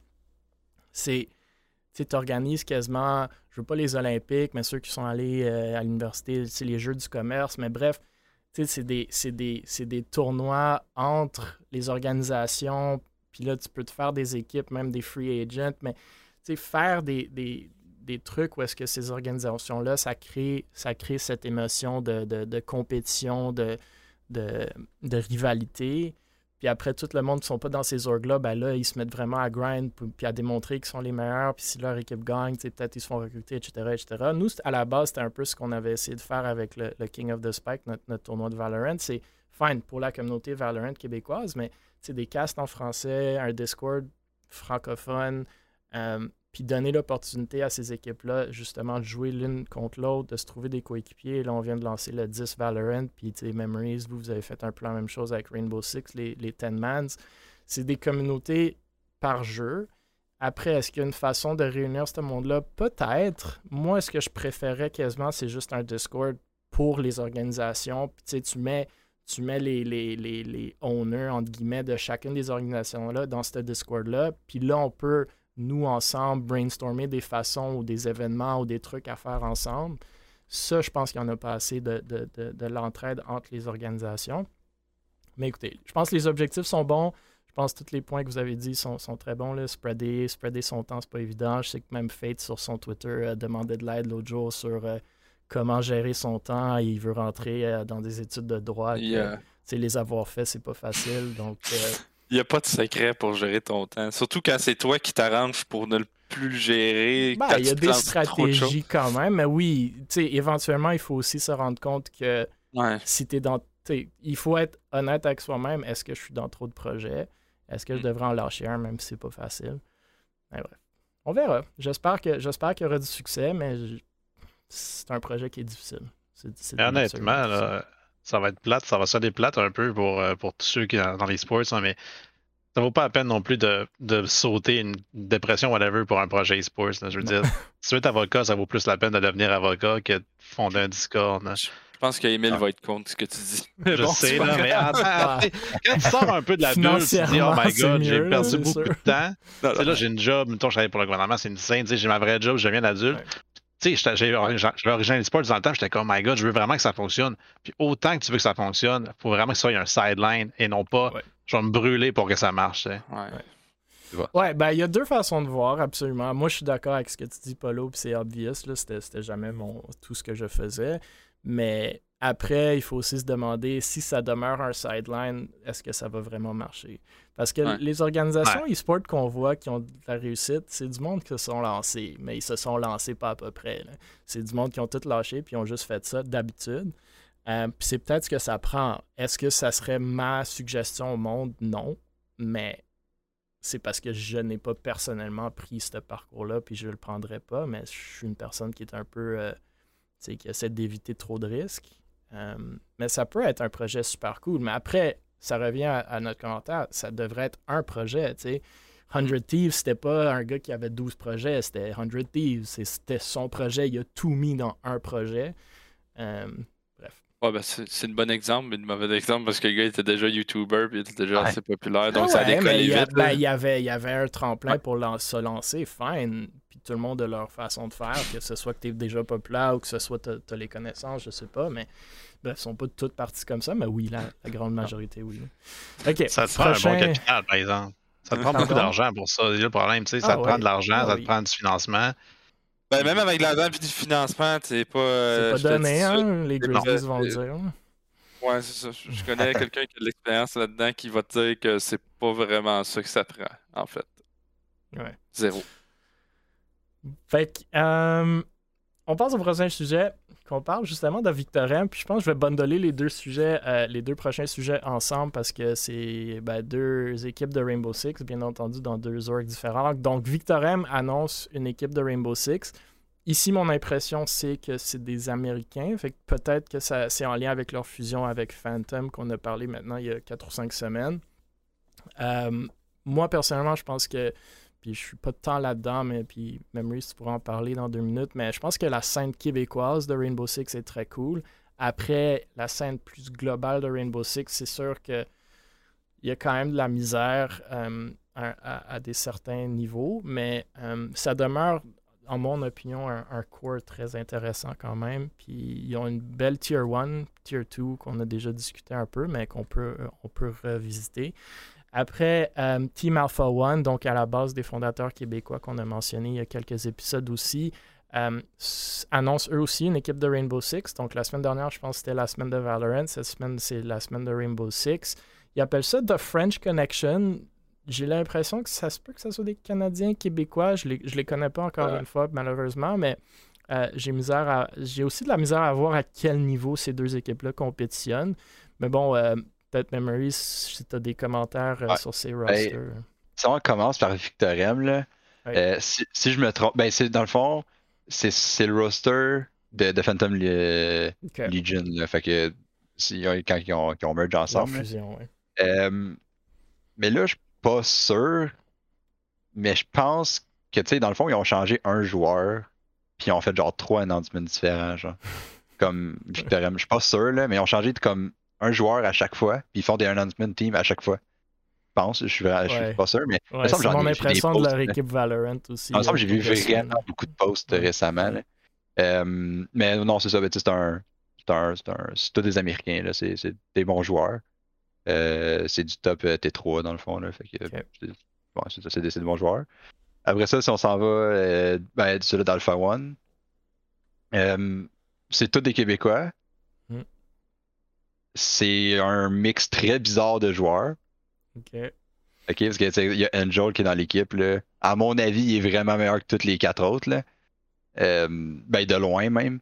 c'est tu organises quasiment, je veux pas les Olympiques, mais ceux qui sont allés euh, à l'université, c'est les Jeux du commerce, mais bref, c'est des, c'est des, c'est des tournois entre les organisations, puis là, tu peux te faire des équipes, même des free agents, mais faire des, des, des trucs où est-ce que ces organisations-là, ça crée, ça crée cette émotion de, de, de compétition, de, de, de rivalité. Puis après, tout le monde qui ne sont pas dans ces orgs-là, ben là, ils se mettent vraiment à grind puis à démontrer qu'ils sont les meilleurs. Puis si leur équipe gagne, peut-être ils se font recruter, et cetera, et cetera. Nous, à la base, c'était un peu ce qu'on avait essayé de faire avec le, le King of the Spike, notre, notre tournoi de Valorant. C'est fine pour la communauté Valorant québécoise, mais des casts en français, un Discord francophone, euh, puis donner l'opportunité à ces équipes-là, justement, de jouer l'une contre l'autre, de se trouver des coéquipiers. Là, on vient de lancer le dix Valorant, puis Memories, vous, vous avez fait un peu la même chose avec Rainbow Six, les, les ten mans. C'est des communautés par jeu. Après, est-ce qu'il y a une façon de réunir ce monde-là? Peut-être. Moi, ce que je préférais quasiment, c'est juste un Discord pour les organisations. Puis, tu sais, tu mets... tu mets les, les, les, les owners, entre guillemets, de chacune des organisations-là dans ce Discord-là. Puis là, on peut, nous, ensemble, brainstormer des façons ou des événements ou des trucs à faire ensemble. Ça, je pense qu'il n'y en a pas assez de, de, de, de l'entraide entre les organisations. Mais écoutez, je pense que les objectifs sont bons. Je pense que tous les points que vous avez dit sont, sont très bons. Là. Spreader, spreader son temps, c'est pas évident. Je sais que même Fate, sur son Twitter, euh, demandait de l'aide l'autre jour sur... Euh, comment gérer son temps, il veut rentrer euh, dans des études de droit. Yeah. Que, les avoir fait, c'est pas facile. Donc, euh... il n'y a pas de secret pour gérer ton temps. Surtout quand c'est toi qui t'arranges pour ne plus le gérer. Ben, il y a des stratégies quand même, mais oui, éventuellement, il faut aussi se rendre compte que ouais. si tu es dans. Il faut être honnête avec soi-même. Est-ce que je suis dans trop de projets? Est-ce que mm. je devrais en lâcher un, même si c'est pas facile? Ben, bref. On verra. J'espère que j'espère qu'il y aura du succès, mais je... c'est un projet qui est difficile. C'est, c'est honnêtement, là, ça va être plate, ça va sonner plate un peu pour, pour tous ceux qui sont dans les sports, hein, mais ça vaut pas la peine non plus de, de sauter une dépression, whatever, pour un projet e-sports. Là. Je veux non. dire, si tu veux être avocat, ça vaut plus la peine de devenir avocat que de fonder un Discord. Hein. Je pense qu'Emile ah. va être contre ce que tu dis. Je bon, sais, là, mais attends, attends, quand tu sors un peu de la bulle, tu te dis, oh my god, j'ai mieux, perdu là, beaucoup sûr. de temps. Non, non, là, j'ai une job, mettons, je travaille pour le gouvernement, c'est une scène, j'ai ma vraie job, je deviens adulte. Ouais. Tu sais, j'avais originaire l'e-sport dans le temps, j'étais comme, oh my god, je veux vraiment que ça fonctionne. Puis autant que tu veux que ça fonctionne, il faut vraiment que ça soit un sideline et non pas, ouais. je vais me brûler pour que ça marche. Ouais. Ouais, ouais ben il y a deux façons de voir, absolument. Moi, je suis d'accord avec ce que tu dis, Polo, puis c'est obvious, là, c'était, c'était jamais mon, tout ce que je faisais. Mais après, il faut aussi se demander si ça demeure un sideline, est-ce que ça va vraiment marcher? Parce que ouais. les organisations ouais. e-sport qu'on voit qui ont de la réussite, c'est du monde qui se sont lancés, mais ils se sont lancés pas à peu près. Là. C'est du monde qui ont tout lâché puis ils ont juste fait ça d'habitude. Euh, puis c'est peut-être ce que ça prend. Est-ce que ça serait ma suggestion au monde? Non. Mais c'est parce que je n'ai pas personnellement pris ce parcours-là puis je le prendrais pas, mais je suis une personne qui est un peu... Euh, tu sais, qui essaie d'éviter trop de risques. Euh, mais ça peut être un projet super cool. Mais après, ça revient à, à notre commentaire, ça devrait être un projet, tu sais. hundred Thieves, c'était pas un gars qui avait douze projets, c'était hundred Thieves. C'était son projet, il a tout mis dans un projet. Euh, bref. Ouais, ben c'est, c'est un bon exemple, mais un mauvais exemple parce que le gars était déjà YouTuber et il était déjà ouais. assez populaire, donc ah ça a ouais, décollé vite. Il ben, y, avait, y avait un tremplin ouais. pour lan- se lancer, fine. Puis tout le monde a leur façon de faire, que ce soit que tu es déjà populaire ou que ce soit tu as les connaissances, je sais pas, mais bref, ils sont pas toutes parties comme ça, mais oui, la, la grande majorité, oui. OK. Ça te prend prochain... un bon capital, par exemple. Ça te prend beaucoup d'argent pour ça. C'est le problème, tu sais, ça ah, te ouais. prend de l'argent, ah, ça te oui. prend du financement. Ben, même avec l'argent et du financement, c'est pas... Euh, c'est pas donné, hein, les Grizzlies vont le dire. Ouais, c'est ça. Je connais quelqu'un qui a de l'expérience là-dedans qui va te dire que c'est pas vraiment ça que ça prend, en fait. Ouais. Zéro. Fait que, euh, on passe au prochain sujet, qu'on parle justement de Victorem, puis je pense que je vais bundler les deux sujets, euh, les deux prochains sujets ensemble parce que c'est ben, deux équipes de Rainbow Six, bien entendu, dans deux orgs différents. Donc, Victorem annonce une équipe de Rainbow Six. Ici, mon impression, c'est que c'est des Américains, fait que peut-être que ça, c'est en lien avec leur fusion avec Phantom qu'on a parlé maintenant il y a quatre ou cinq semaines. Euh, moi, personnellement, je pense que puis je suis pas tant là-dedans, mais puis Memory, tu pourras en parler dans deux minutes, mais je pense que la scène québécoise de Rainbow Six est très cool. Après, la scène plus globale de Rainbow Six, c'est sûr que il y a quand même de la misère euh, à, à, à des certains niveaux, mais euh, ça demeure, en mon opinion, un, un core très intéressant quand même. Puis ils ont une belle Tier un, Tier deux qu'on a déjà discuté un peu, mais qu'on peut, on peut revisiter. Après, euh, Team Alpha One, donc à la base des fondateurs québécois qu'on a mentionné il y a quelques épisodes aussi, euh, s- annonce eux aussi une équipe de Rainbow Six. Donc la semaine dernière, je pense que c'était la semaine de Valorant. Cette semaine, c'est la semaine de Rainbow Six. Ils appellent ça The French Connection. J'ai l'impression que ça se peut que ce soit des Canadiens québécois. Je ne les, je les connais pas encore Ouais. une fois, malheureusement, mais euh, j'ai, misère à, j'ai aussi de la misère à voir à quel niveau ces deux équipes-là compétitionnent. Mais bon, euh, peut-être Memory, si tu as des commentaires euh, Ouais. sur ces rosters. Si on commence par Victorem, là, Ouais. euh, si, si je me trompe, ben c'est dans le fond, c'est, c'est le roster de, de Phantom Le- Ok. Legion. Là, fait que si- quand ils ont, qu'ils ont merge Leur ensemble. là. fusion, ouais. Euh, mais là, je suis pas sûr, mais je pense que, tu sais, dans le fond, ils ont changé un joueur, puis ils ont fait genre trois announcements différents, genre. Comme Victorem. Je suis pas sûr, là, mais ils ont changé de comme un joueur à chaque fois, puis ils font des announcement team à chaque fois. Je pense, je suis, vra- je suis Ouais. pas sûr, mais il me Ouais, semble c'est que j'en mon ai vu des impression de posts, leur là. équipe Valorant aussi. Il me semble euh, que j'ai vu quelques vraiment semaines. beaucoup de posts Ouais. récemment. Là. Euh, mais non, c'est ça, ben, tu sais, c'est un. C'est un. C'est un. C'est tous des Américains, là. C'est, c'est des bons joueurs. Euh, c'est du top euh, T trois dans le fond. Là. Fait que, Ok. c'est, bon, c'est ça, c'est des, c'est des bons joueurs. Après ça, si on s'en va euh, ben, celui d'Alpha One, euh, c'est tous des Québécois. Mm. C'est un mix très bizarre de joueurs. Ok. OK, parce que tu sais, il y a Angel qui est dans l'équipe. Là. À mon avis, il est vraiment meilleur que tous les quatre autres. Là. Euh, ben, de loin même.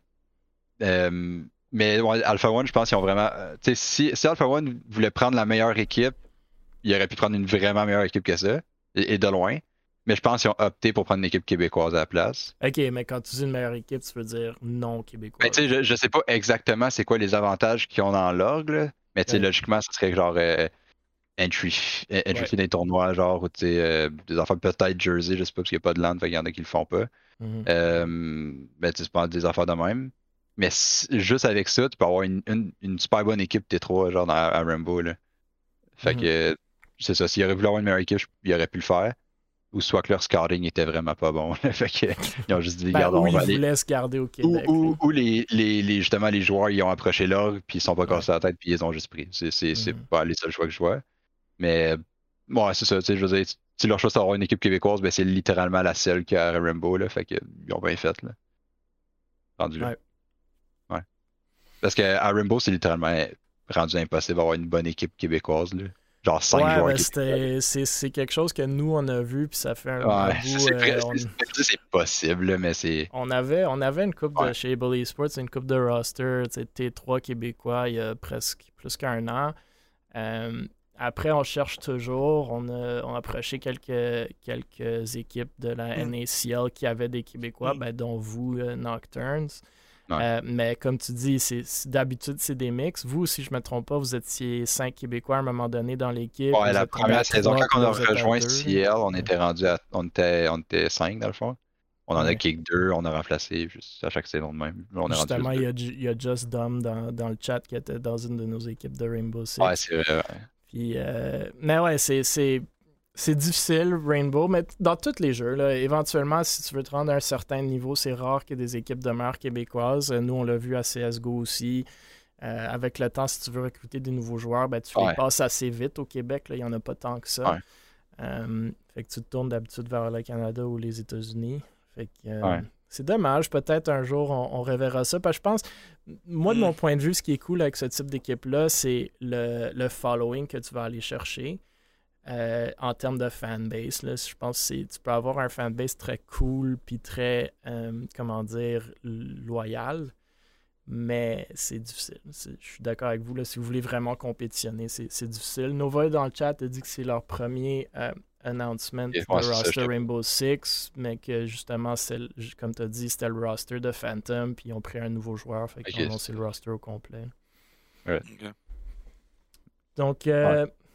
Euh, mais ouais, Alpha One, je pense qu'ils ont vraiment. euh, tu sais, si, si Alpha One voulait prendre la meilleure équipe, il aurait pu prendre une vraiment meilleure équipe que ça, et, et de loin. Mais je pense qu'ils ont opté pour prendre une équipe québécoise à la place. Ok, mais quand tu dis une meilleure équipe, tu veux dire non québécois. Ben, tu sais, je, je sais pas exactement c'est quoi les avantages qu'ils ont dans l'org, là, mais tu sais, Ouais. logiquement, ça serait genre euh, entry, f- euh, entry Ouais. fee des tournois, genre, ou tu sais, euh, des affaires peut-être Jersey, je sais pas, parce qu'il n'y a pas de land, fait qu'il y en a qui le font pas. Mhm. Euh, ben, tu sais, c'est pas des affaires de même. Mais si- juste avec ça, tu peux avoir une, une, une super bonne équipe T trois, genre dans, à Rainbow, là. Fait Mhm. que, c'est ça, s'il aurait voulu avoir une meilleure équipe, je- il aurait pu le faire. Ou soit que leur scouting était vraiment pas bon. là. Fait que, ils ont juste dit, Ben, regarde, où on ils va aller. voulaient se garder au Ou, Québec. ou, là. ou les, les, les, justement, les joueurs, ils ont approché l'org, puis ils sont pas Ouais. cassés la tête, puis ils ont juste pris. C'est, c'est, c'est Mhm. pas les seuls choix que je vois. Mais, ouais, c'est ça, tu sais, je veux dire, si leur choix c'est d'avoir une équipe québécoise, ben c'est littéralement la seule qu'il y a à Rainbow, là. Fait que, ils ont bien fait, là. Rendu là. Ouais. Ouais. Parce qu'à Rainbow, c'est littéralement rendu impossible d'avoir une bonne équipe québécoise, là. Genre cinq Ouais, joueurs ben, québécois. c'était, c'est, c'est quelque chose que nous, on a vu, puis ça fait un, un Ouais, bout. c'est, c'est, euh, vrai, on, c'est, c'est, c'est possible, là, mais c'est. on avait, on avait une coupe de Ouais. chez Able Esports, une coupe de roster, tu sais, T trois québécois, il y a presque plus qu'un an. Euh, après, on cherche toujours. On a, on a approché quelques, quelques équipes de la N A C L qui avaient des Québécois, ben, dont vous, euh, Nocturnes. Ouais. Euh, mais comme tu dis, c'est, c'est- d'habitude, c'est des mix. Vous, si je ne me trompe pas, vous étiez cinq Québécois à un moment donné dans l'équipe. Ouais, vous la êtes tombé à première saison, trois, quand on puis là, a vous êtes à rejoint deux, C L, là. on était rendu à. On était, on était cinq dans le fond. On en a Ouais. kick deux, on a remplacé juste à chaque saison de même. On est rendu Justement, juste il y deux. a, Ju- il y a Just Dom dans, dans le chat qui était dans une de nos équipes de Rainbow Six. Ouais, c'est vrai. Ouais. Puis, euh, mais ouais, c'est, c'est, c'est difficile, Rainbow, mais t- dans tous les jeux, là, éventuellement, si tu veux te rendre à un certain niveau, c'est rare qu'il y ait des équipes demeurent québécoises. Euh, Nous, on l'a vu à C S G O aussi. Euh, avec le temps, si tu veux recruter des nouveaux joueurs, ben, tu Ouais. les passes assez vite au Québec. là, Il n'y en a pas tant que ça. Ouais. Euh, fait que tu te tournes d'habitude vers le Canada ou les États-Unis. Fait que, euh, Ouais. c'est dommage. Peut-être un jour, on, on reverra ça. Parce que je pense, moi, de Mm. mon point de vue, ce qui est cool avec ce type d'équipe-là, c'est le, le following que tu vas aller chercher. Euh, en termes de fanbase, là, je pense que c'est- tu peux avoir un fanbase très cool puis très, euh, comment dire, loyal, mais c'est difficile. C'est- je suis d'accord avec vous, là, si vous voulez vraiment compétitionner, c'est c'est difficile. Nova dans le chat a dit que c'est leur premier euh, announcement Et de ouais, c'est ça, roster je te- Rainbow Six, mais que justement, c'est le- comme tu as dit, c'était le roster de Phantom, puis ils ont pris un nouveau joueur, fait qu'ils Ok, ont annoncé le roster au complet. Ok. Donc, euh,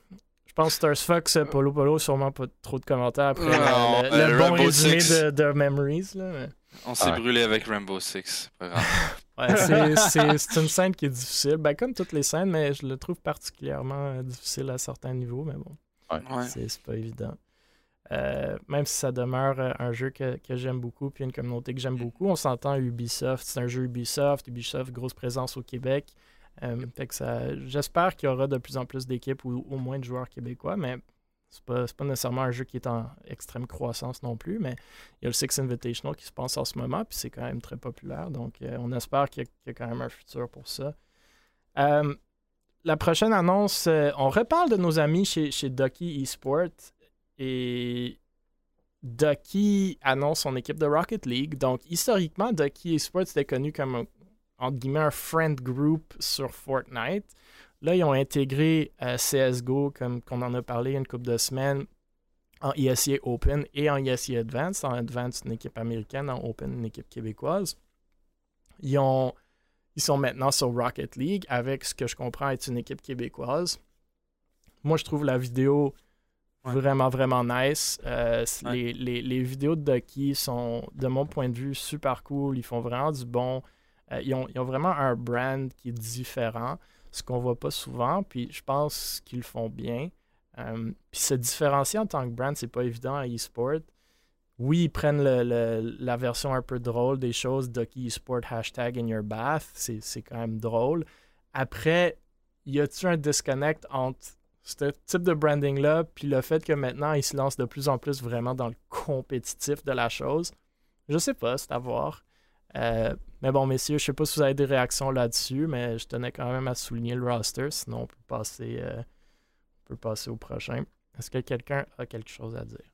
Je pense que Stars Fox, Polo Polo, sûrement pas trop de commentaires après Non, le, le- ben, le bon Rainbow résumé Six. de, de Memories. Là, mais... On s'est Ouais. brûlé avec Rainbow Six. Pas grave. Ouais, c'est, c'est, c'est une scène qui est difficile. Ben, comme toutes les scènes, mais je le trouve particulièrement euh, difficile à certains niveaux. Mais bon, Ouais. c'est, c'est pas évident. Euh, même si ça demeure euh, un jeu que, que j'aime beaucoup, puis une communauté que j'aime beaucoup, on s'entend Ubisoft. C'est un jeu Ubisoft. Ubisoft, grosse présence au Québec. Euh, fait que ça, j'espère qu'il y aura de plus en plus d'équipes ou au moins de joueurs québécois, mais c'est pas, c'est pas nécessairement un jeu qui est en extrême croissance non plus, mais il y a le Six Invitational qui se passe en ce moment, puis c'est quand même très populaire, donc euh, on espère qu'il y, a, qu'il y a quand même un futur pour ça. Euh, la prochaine annonce, euh, on reparle de nos amis chez, chez Ducky Esports, et Ducky annonce son équipe de Rocket League, donc historiquement, Ducky Esports était connu comme un entre guillemets, un friend group sur Fortnite. Là, ils ont intégré euh, C S G O, comme qu'on en a parlé il y a une couple de semaines, en E S E A Open et en E S E A Advanced. En Advanced, une équipe américaine, en Open, une équipe québécoise. Ils, ont, ils sont maintenant sur Rocket League avec ce que je comprends être une équipe québécoise. Moi, je trouve la vidéo Ouais. vraiment, vraiment nice. Euh, Ouais. les, les, les vidéos de Ducky sont, de mon point de vue, super cool. Ils font vraiment du bon. Euh, ils, ont, ils ont vraiment un brand qui est différent, ce qu'on voit pas souvent, puis je pense qu'ils le font bien. Euh, puis se différencier en tant que brand, c'est pas évident à eSport. Oui, ils prennent le, le- la version un peu drôle des choses, Ducky eSport, hashtag in your bath, c'est, c'est quand même drôle. Après, y a-tu un disconnect entre ce type de branding-là, puis le fait que maintenant, ils se lancent de plus en plus vraiment dans le compétitif de la chose? Je sais pas, c'est à voir. Euh, mais bon, messieurs, je sais pas si vous avez des réactions là-dessus, mais je tenais quand même à souligner le roster, sinon on peut passer, euh, on peut passer au prochain. Est-ce que quelqu'un a quelque chose à dire?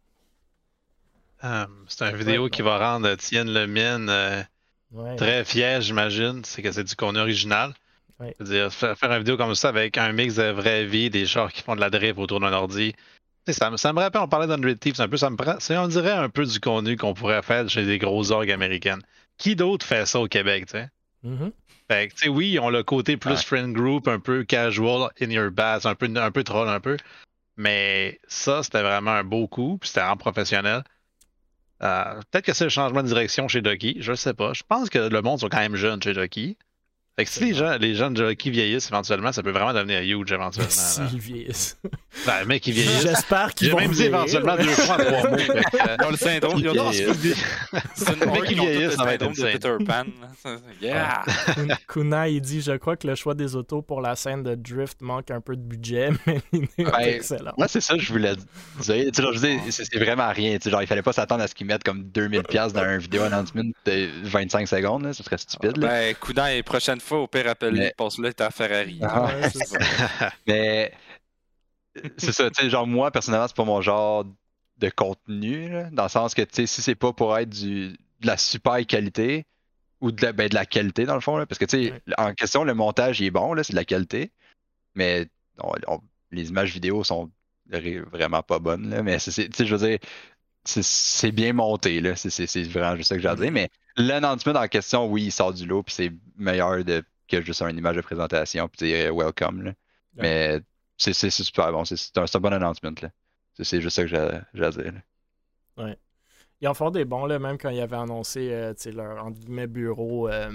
Euh, c'est une vidéo Ouais, qui bon. va rendre Tienne Le Mien euh, Ouais. très fier, j'imagine. C'est que c'est du contenu original. Ouais. Je veux dire, faire, faire une vidéo comme ça avec un mix de vraie vie, des chars qui font de la drift autour d'un ordi. Tu sais, Ça, me- ça me rappelle, on parlait d'Unreal Thieves un peu, ça me prend, c'est, on dirait un peu du contenu qu'on pourrait faire chez des grosses orgues américaines. Qui d'autre fait ça au Québec, tu sais? Mhm. Fait que, tu sais, oui, ils ont le côté plus Ouais. friend group, un peu casual, in your bath, un peu, un peu troll, un peu. Mais ça, c'était vraiment un beau coup, puis c'était vraiment professionnel. Euh, peut-être que c'est le changement de direction chez Ducky, je sais pas. Je pense que le monde sont quand même jeunes chez Ducky. Fait que si les, gens, les jeunes de Ducky vieillissent éventuellement, ça peut vraiment devenir huge éventuellement. là. S'ils vieillissent. Ben, le mec qui vieillit. J'espère qu'ils J'ai vont même dit vieillir, éventuellement ouais. deux fois en trois mots. fait que, euh, Ils ont le syndrome. Ils ont Non, tous- c'est pas dit. c'est une Le mec orgue, qui ils ont tous vieillit, le ça va être syndrome de insane. Peter Pan. là. Ça, c'est- Yeah! Kun- Kuna, il dit, je crois que le choix des autos pour la scène de Drift manque un peu de budget, mais l'idée est Ben, excellente. Moi, c'est ça que je voulais dire. Tu sais, genre, je veux dire, c'est c'est vraiment rien. Tu sais, genre, il fallait pas s'attendre à ce qu'ils mettent comme deux mille dollars dans un vidéo announcement de vingt-cinq secondes. Là. Ce serait stupide. Là. Ben, Coudan, et prochaine fois, au pire, appelle-le, Mais- passe-le, t'es à Ferrari. Ah. Ouais, c'est ça. Mais c'est ça, tu sais, genre, moi, personnellement, c'est pas mon genre de contenu. Là, dans le sens que, tu sais, si c'est pas pour être du, de la super qualité ou de la, ben, de la qualité, dans le fond, là, parce que, tu sais, Ouais. en question, le montage, il est bon, là, c'est de la qualité. Mais on- on- les images vidéo sont ré- vraiment pas bonnes. Là, mais c'est, c'est- tu sais, je veux dire, c'est, c'est bien monté. Là, c'est, c'est, c'est vraiment juste ça que j'ai à dire. Mais l'announcement en question, oui, il sort du lot, puis c'est meilleur de, que juste une image de présentation, puis c'est welcome. Là. Mais c'est, c'est, c'est super bon. C'est, c'est, un, c'est un bon announcement. Là. C'est, c'est juste ça que j'ai, j'ai à dire. Là. Ils en font des bons, là, même quand ils avaient annoncé euh, tu sais, leur entre guillemets, bureau. euh,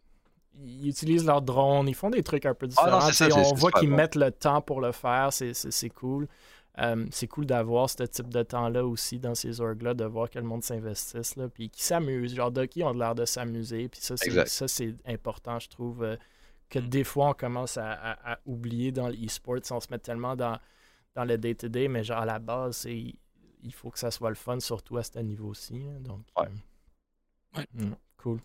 ils utilisent leur drone, ils font des trucs un peu différents. Ah non, c'est ça, Tu sais, c'est- on c'est voit super qu'ils bon. mettent le temps pour le faire, c'est, c'est, c'est cool. Euh, c'est cool d'avoir ce type de temps-là aussi dans ces orgs-là, de voir que le monde s'investisse, là, puis qu'ils s'amusent. Genre, Ducky ont l'air de s'amuser, puis ça, c'est, Exact. ça, c'est important, je trouve, euh, que des fois, on commence à, à- à oublier dans l'e-sport, on se met tellement dans, dans le day-to-day, mais genre, à la base, c'est, il faut que ça soit le fun, surtout à ce niveau-ci. Là, donc, Ouais. euh, mm, cool.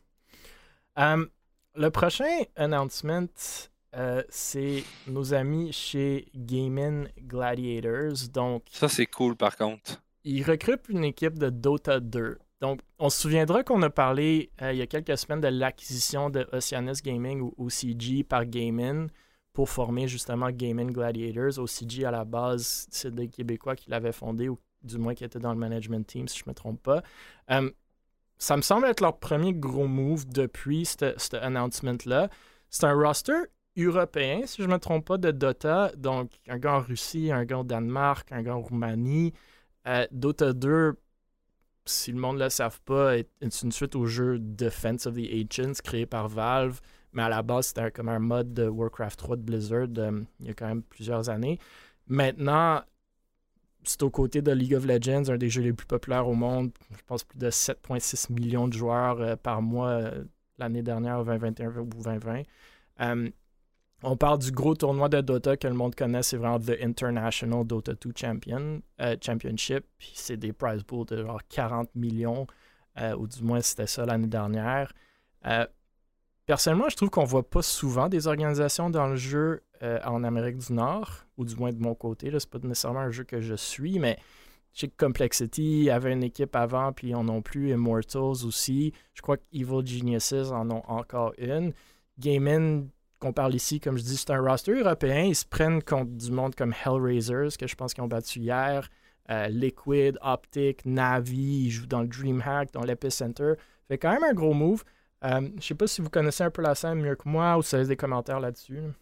Um, le prochain announcement, euh, c'est nos amis chez Gaming Gladiators. Donc, Ça, c'est cool, par contre. ils recrutent une équipe de Dota deux. Donc, on se souviendra qu'on a parlé euh, il y a quelques semaines de l'acquisition de Oceanus Gaming ou O C G par Gaming pour former justement Gaming Gladiators. O C G, à la base, c'est des Québécois qui l'avaient fondé, ou du moins qui étaient dans le management team, si je ne me trompe pas. Euh, ça me semble être leur premier gros move depuis ce announcement-là. C'est un roster européens, si je ne me trompe pas, de Dota. Donc, un gars en Russie, un gars au Danemark, un gars en Roumanie. Euh, Dota deux, si le monde ne le savent pas, est est une suite au jeu Defense of the Ancients créé par Valve. Mais à la base, c'était un- comme un mode de Warcraft trois de Blizzard euh, il y a quand même plusieurs années. Maintenant, c'est aux côtés de League of Legends, un des jeux les plus populaires au monde. Je pense plus de sept virgule six millions de joueurs euh, par mois euh, l'année dernière, vingt vingt et un ou vingt vingt. Euh, on parle du gros tournoi de Dota que le monde connaît, c'est vraiment The International Dota deux Champion, euh, Championship. Puis c'est des prize pools de genre quarante millions, euh, ou du moins c'était ça l'année dernière. Euh, personnellement, je trouve qu'on voit pas souvent des organisations dans le jeu euh, en Amérique du Nord, ou du moins de mon côté. Là, c'est pas nécessairement un jeu que je suis, mais je sais que Complexity avait une équipe avant, puis ils en ont plus. Immortals aussi. Je crois que Evil Geniuses en ont encore une. Gaming, qu'on parle ici, comme je dis, c'est un roster européen. Ils se prennent contre du monde comme Hellraisers, que je pense qu'ils ont battu hier. Euh, Liquid, Optic, Navi, ils jouent dans le DreamHack, dans l'Epicenter. Fait quand même un gros move. Euh, je sais pas si vous connaissez un peu la scène mieux que moi ou si vous avez des commentaires là-dessus. là.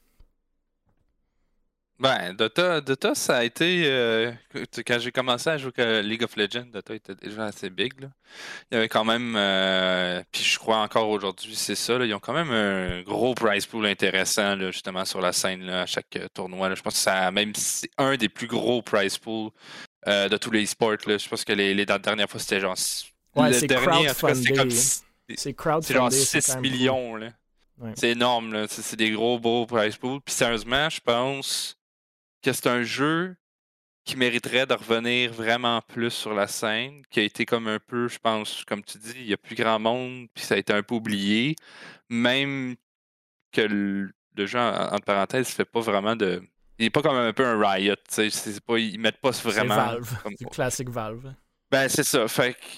Ben, Dota, Dota, ça a été. euh, quand j'ai commencé à jouer à League of Legends, Dota était déjà assez big. Là. Il y avait quand même. euh, Puis je crois encore aujourd'hui, c'est ça. Là, ils ont quand même un gros prize pool intéressant, là, justement, sur la scène là, à chaque euh, tournoi. Là. Je pense que ça, même si c'est un des plus gros prize pools euh, de tous les sports. Là. Je pense que les, les dernières fois, c'était genre. Ouais, le c'est dernier, en tout cas, c'est comme. crowdfundé. C'est C'est c'est crowdfundé. genre c'est six quand même cool. millions. Là. Ouais. C'est énorme. Là. C'est c'est des gros, beaux prize pools. Puis sérieusement, je pense que c'est un jeu qui mériterait de revenir vraiment plus sur la scène, qui a été comme un peu, je pense, comme tu dis, il y a plus grand monde, puis ça a été un peu oublié. Même que le, le jeu, en- entre parenthèses, fait pas vraiment de. Il est pas comme un peu un Riot, tu sais. c'est- c'est pas- Ils mettent pas C'est vraiment. Valve. comme- Du classique Valve. Ben, c'est ça. Fait que.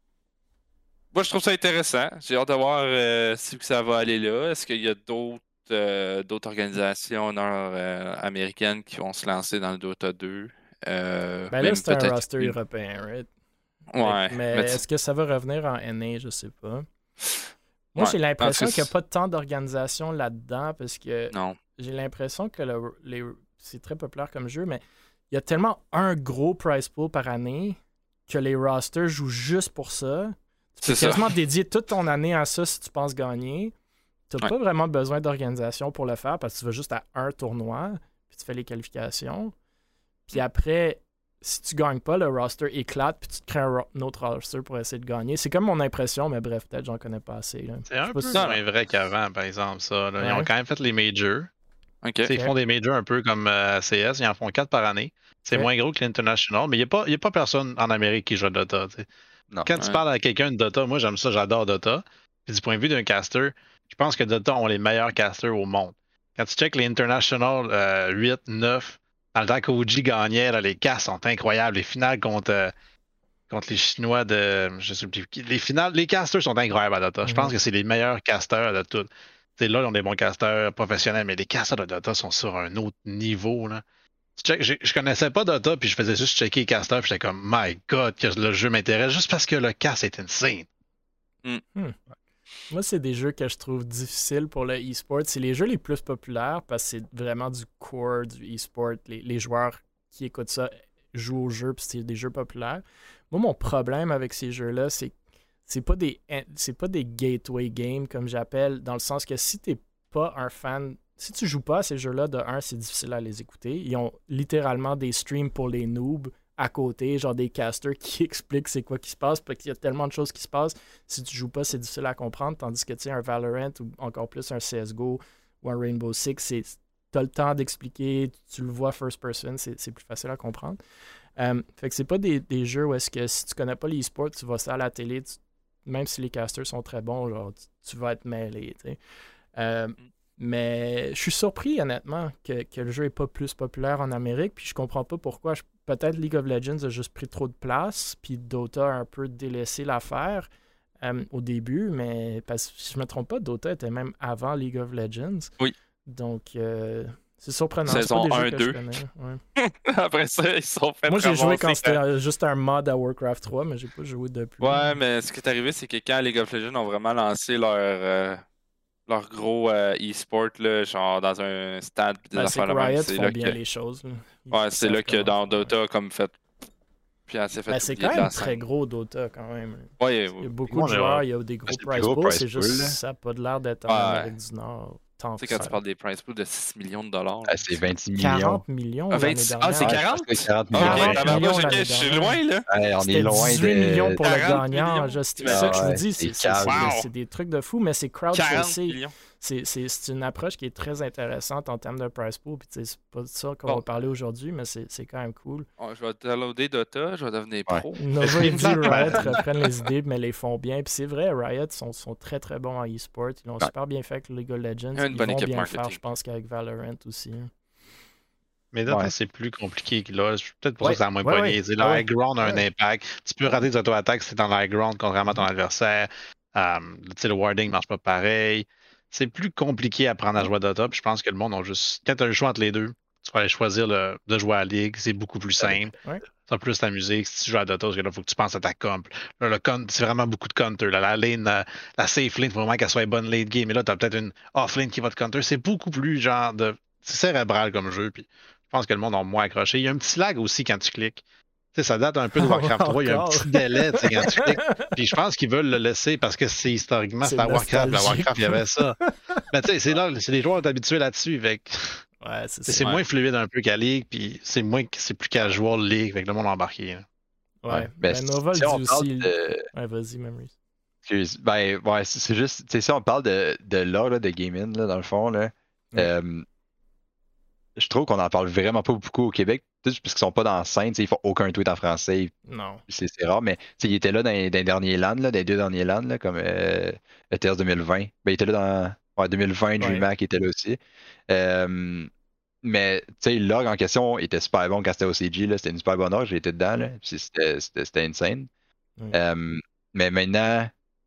Moi, je trouve ça intéressant. J'ai hâte de voir euh, si ça va aller là. Est-ce qu'il y a d'autres euh, d'autres organisations nord-américaines qui vont se lancer dans le Dota deux? Euh, Ben là, même c'est un peut-être. roster européen, right? Ouais. Mais, mais mais tu- est-ce que ça va revenir en N A? Je sais pas. Moi, Ouais. j'ai l'impression Parce que qu'il n'y a pas tant d'organisation là-dedans parce que Non. j'ai l'impression que le- les, c'est très populaire comme jeu, mais il y a tellement un gros prize pool par année que les rosters jouent juste pour ça. Tu peux C'est ça. quasiment dédier toute ton année à ça si tu penses gagner. Tu n'as Ouais. pas vraiment besoin d'organisation pour le faire parce que tu vas juste à un tournoi, puis tu fais les qualifications. Puis après, si tu gagnes pas, le roster éclate, puis tu te crées un, ro- un autre roster pour essayer de gagner. C'est comme mon impression, mais bref, peut-être j'en connais pas assez. là. C'est un sais peu pas si- moins vrai qu'avant, par exemple, ça. là. Ils ont Ouais. quand même fait les majors. OK. Tu sais, Ils Ok. font des majors un peu comme euh, C S, ils en font quatre par année. C'est Ok. moins gros que l'International, mais il n'y a, pas- il y a pas personne en Amérique qui joue à Dota. tu sais. Non. Quand tu Ouais. parles à quelqu'un de Dota, moi j'aime ça, j'adore Dota. Puis du point de vue d'un caster, je pense que Dota ont les meilleurs casters au monde. Quand tu checkes les International euh, huit, neuf, dans le temps qu'O G gagnait, là, les casts sont incroyables. Les finales contre, euh, contre les Chinois de. Je sais plus qui. Les finales, les casters sont incroyables à Dota. Je pense Mhm. que c'est les meilleurs casters de tout. T'sais, là, ils ont des bons casters professionnels, mais les casters de Dota sont sur un autre niveau. Là. Tu check- j'ai- je connaissais pas Dota, puis je faisais juste checker les casters, puis j'étais comme, my god, que le jeu m'intéresse, juste parce que le cast est insane. Moi, c'est des jeux que je trouve difficiles pour le e-sport. C'est les jeux les plus populaires parce que c'est vraiment du core du e-sport. Les, les joueurs qui écoutent ça jouent au jeu, puis c'est des jeux populaires. Moi, mon problème avec ces jeux-là, c'est c'est pas des c'est pas des gateway games comme j'appelle, dans le sens que si t'es pas un fan, si tu joues pas à ces jeux-là, de un, c'est difficile à les écouter. Ils ont littéralement des streams pour les noobs à côté, genre des casters qui expliquent c'est quoi qui se passe, parce qu'il y a tellement de choses qui se passent. Si tu joues pas, c'est difficile à comprendre, tandis que tu sais, un Valorant ou encore plus un C S G O ou un Rainbow Six, c'est t'as le temps d'expliquer, tu le vois first person, c'est c'est plus facile à comprendre. Euh, fait que c'est pas des, des jeux où est-ce que si tu connais pas l'e-sport, tu vas ça à la télé, tu- même si les casters sont très bons, genre, tu, tu vas être mêlé, tu sais. Euh, mais je suis surpris, honnêtement, que, que le jeu n'est pas plus populaire en Amérique, puis je comprends pas pourquoi. Je- Peut-être League of Legends a juste pris trop de place, puis Dota a un peu délaissé l'affaire euh, au début, mais parce que si je me trompe pas, Dota était même avant League of Legends. Oui. Donc, euh, c'est surprenant. Saison c'est pas des un, jeux que je deux. connais, ouais. Après ça, ils se sont fait Moi, j'ai joué quand ramasser c'était euh, juste un mod à Warcraft trois, mais j'ai pas joué depuis. Ouais, mais ce qui est arrivé, c'est que quand League of Legends ont vraiment lancé leur, euh, leur gros euh, e-sport, là, genre dans un stade. Des Ben, c'est affaires que de même. Riot C'est font là bien que... les choses. Là. Ils Ouais, c'est savent là que comment dans faire. Dota, comme fait. Puis elle s'est fait Ben, c'est oublier quand de la même très scène. gros Dota quand même. Ouais, Il y a ouais. beaucoup Moi, de on est- joueurs, il y a des gros c'est le plus prize gros pools, prize c'est juste pool, là. ça n'a pas de l'air d'être en Ouais. Amérique du Nord. Tant Tu sais, que quand ça. tu parles des prize pools de six millions de dollars. Ah, c'est vingt-six millions. quarante millions Ah, l'année vingt-six dernière. Ah, c'est Ouais, je quarante? pense que c'est quarante Ok, millions. quarante ouais. tabarnak, millions ok, l'année je suis dernière. loin, là. Ouais, on est C'était loin dix-huit de... millions pour le quarante gagnant. millions. Juste, c'est Ah ça que je vous ouais, dis, c'est c'est, c'est, calme. c'est- Wow. c'est des trucs de fou, mais c'est quarante crowdsourcé. millions. C'est, c'est, c'est une approche qui est très intéressante en termes de price pool. Puis, tu sais, c'est pas de ça qu'on Bon. va parler aujourd'hui, mais c'est, c'est quand même cool. Oh, je vais downloader Dota, je vais devenir Ouais. pro. Nova et une dit plate, Riot ben. reprennent les idées, mais les font bien. Puis c'est vrai, Riot sont, sont très très bons en e-sport. Ils l'ont Ouais. super bien fait avec League of Legends. Une Ils bonne vont équipe bien le marketing. faire, je pense, qu'avec Valorant aussi. Mais Dota, Ouais. c'est plus compliqué que là. C'est peut-être pour Ouais, ça que ça a moins ouais, pogné. ouais. Tu sais, Ah Le ouais. high ground a un Ouais. impact. Tu peux rater des auto-attaques si t'es dans le high ground, contrairement à ton adversaire. Euh, tu sais, le warding marche pas pareil. C'est plus compliqué à apprendre à jouer à Dota. Puis je pense que le monde a juste. Quand tu as le choix entre les deux, tu vas aller choisir le... de jouer à la Ligue. C'est beaucoup plus simple. Ouais. Tu vas plus t'amuser que si tu joues à Dota, parce que là, il faut que tu penses à ta comp. Là, le con, c'est vraiment beaucoup de counter. Là. La lane, euh, la safe lane, il faut vraiment qu'elle soit bonne late game. Et là, tu as peut-être une off lane qui va te counter. C'est beaucoup plus genre de. C'est cérébral comme jeu. Puis je pense que le monde a moins accroché. Il y a un petit lag aussi quand tu cliques. Tu sais, ça date un peu de Warcraft trois. Il y a un Encore. petit délai tu sais, quand tu cliques. Puis je pense qu'ils veulent le laisser parce que c'est historiquement, C'est c'était à Warcraft. La nostalgique. Warcraft, il y avait ça. Mais tu sais, c'est là, c'est les joueurs sont habitués là-dessus. Fait que Ouais, c'est c'est ça. moins fluide un peu qu'à League. Puis c'est moins, c'est plus casual League. Avec le monde embarqué. là. Ouais. Ouais. Ben, Ben, Nova si le on dit parle aussi. de- Ouais, vas-y, Memories. Excuse. Ben, ouais, c'est c'est juste, tu sais, si on parle de, de l'art là, de gaming, là, dans le fond, là, Ouais. euh, je trouve qu'on en parle vraiment pas beaucoup au Québec, juste parce qu'ils sont pas dans la scène, tu sais, ils font aucun tweet en français, Non. c'est c'est rare, mais tu sais, ils étaient là dans les, dans les derniers LAN, là, dans les deux derniers LAN, là, comme euh, E T S deux mille vingt. Ben, ils étaient là dans ouais, deux mille vingt, Ouais. DreamHack était là aussi. Euh, mais, tu sais, le log en question était super bon quand c'était au C G, là, c'était une super bonne heure, j'ai été dedans, là, puis c'était c'était- c'était insane. Ouais. Euh, mais maintenant,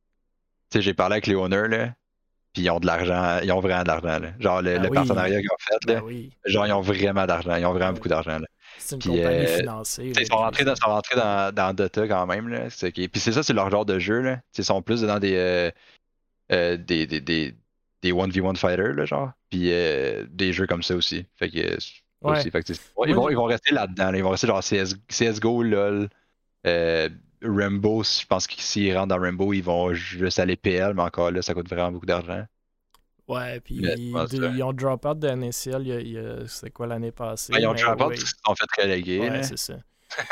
tu sais, j'ai parlé avec les owners, là, puis ils ont de l'argent, ils ont vraiment de l'argent, là. Genre, le, Ben le oui. partenariat qu'ils ont fait, là, Ben oui. genre, ils ont vraiment d'argent, ils ont vraiment Ouais. beaucoup d'argent, là. C'est une Puis, compagnie euh, financée. Tu sais, là, Ils sont rentrés, puis dans, sont rentrés dans, dans Dota quand même, là. C'est ok. Puis c'est ça, c'est leur genre de jeu, là. Tu sais, Ils sont plus dans des, euh, euh, des, des, des, des one v one fighters, là, genre. Puis euh, des jeux comme ça aussi. Fait que, euh, ça Ouais. aussi. Fait que, tu sais, ils, Moi, vont, je- ils vont rester là-dedans, là. Ils vont rester genre C S, C S G O, LOL. Euh, Rainbow, je pense que s'ils rentrent dans Rainbow, ils vont juste aller P L, mais encore là, ça coûte vraiment beaucoup d'argent. Ouais, puis Mais, ils, ouais, c'est vrai. ils ont drop out de N S L, il y a, il y a- c'est quoi l'année passée? Ouais, ils ont mais drop out ouais. parce qu'ils se sont fait reléguer. Ouais, là. c'est ça.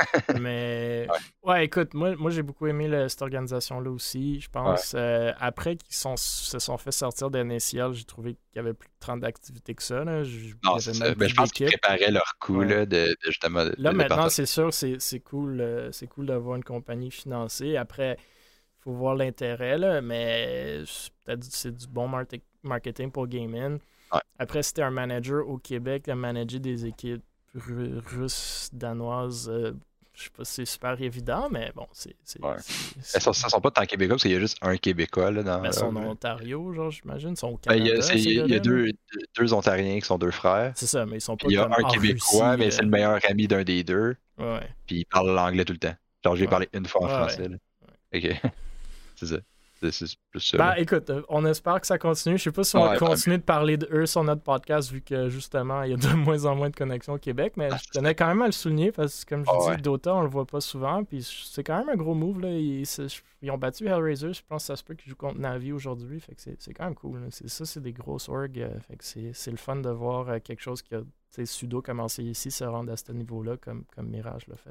Mais ouais. écoute, moi, moi j'ai beaucoup aimé le- cette organisation-là aussi. Je pense euh, après qu'ils sont, se sont fait sortir de N S L, j'ai trouvé qu'il y avait plus de trente d'activités que ça. Là. Je, il y Non, avait c'est même ça. plus Ben, je pense qu'ils d'équipe. préparaient leur coup Ouais. là, de, de justement. de- Là, de maintenant, partir. c'est sûr, c'est c'est cool, euh, c'est cool d'avoir une compagnie financée. Après, il faut voir l'intérêt, là, mais c'est peut-être c'est du bon marti- marketing pour gaming. Ouais. Après, si t'es un manager au Québec, à manager des équipes ru- russes, danoises, euh, je sais pas si c'est super évident, mais bon, c'est. c'est- Ouais. c'est- Elles sont, ça sont pas tant québécois parce qu'il y a juste un Québécois là, dans mais ils sont là. en Ontario, genre, j'imagine. Ils sont au Ben, il y Canada. a, c'est- ces il y a gars-là, là. deux, deux, deux Ontariens qui sont deux frères. C'est ça, mais ils sont pas Puis il y a comme un en Québécois, Russie, mais c'est euh, le meilleur ami d'un des deux. Ouais. Puis il parle l'anglais tout le temps. Genre, j'ai Ouais. parlé une fois en Ouais, français. ouais. Là. Ok. C'est ça. C'est c'est plus ça. Ben là. écoute, euh, on espère que ça continue. Je sais pas si on va Ouais, continuer de parler de eux sur notre podcast vu que justement il y a de moins en moins de connexions au Québec, mais Ah, je tenais quand même à le souligner parce que comme je Ah, dis, ouais. Dota on le voit pas souvent, puis c'est quand même un gros move là. Ils, c'est- ils ont battu Hellraiser, je pense que ça se peut qu'ils jouent contre Navi aujourd'hui, fait que c'est c'est quand même cool. là. C'est ça, c'est des grosses orgs, euh, fait que c'est c'est le fun de voir euh, quelque chose qui a, tu sais, sudo commencé ici se rendre à ce niveau-là comme comme Mirage l'a fait.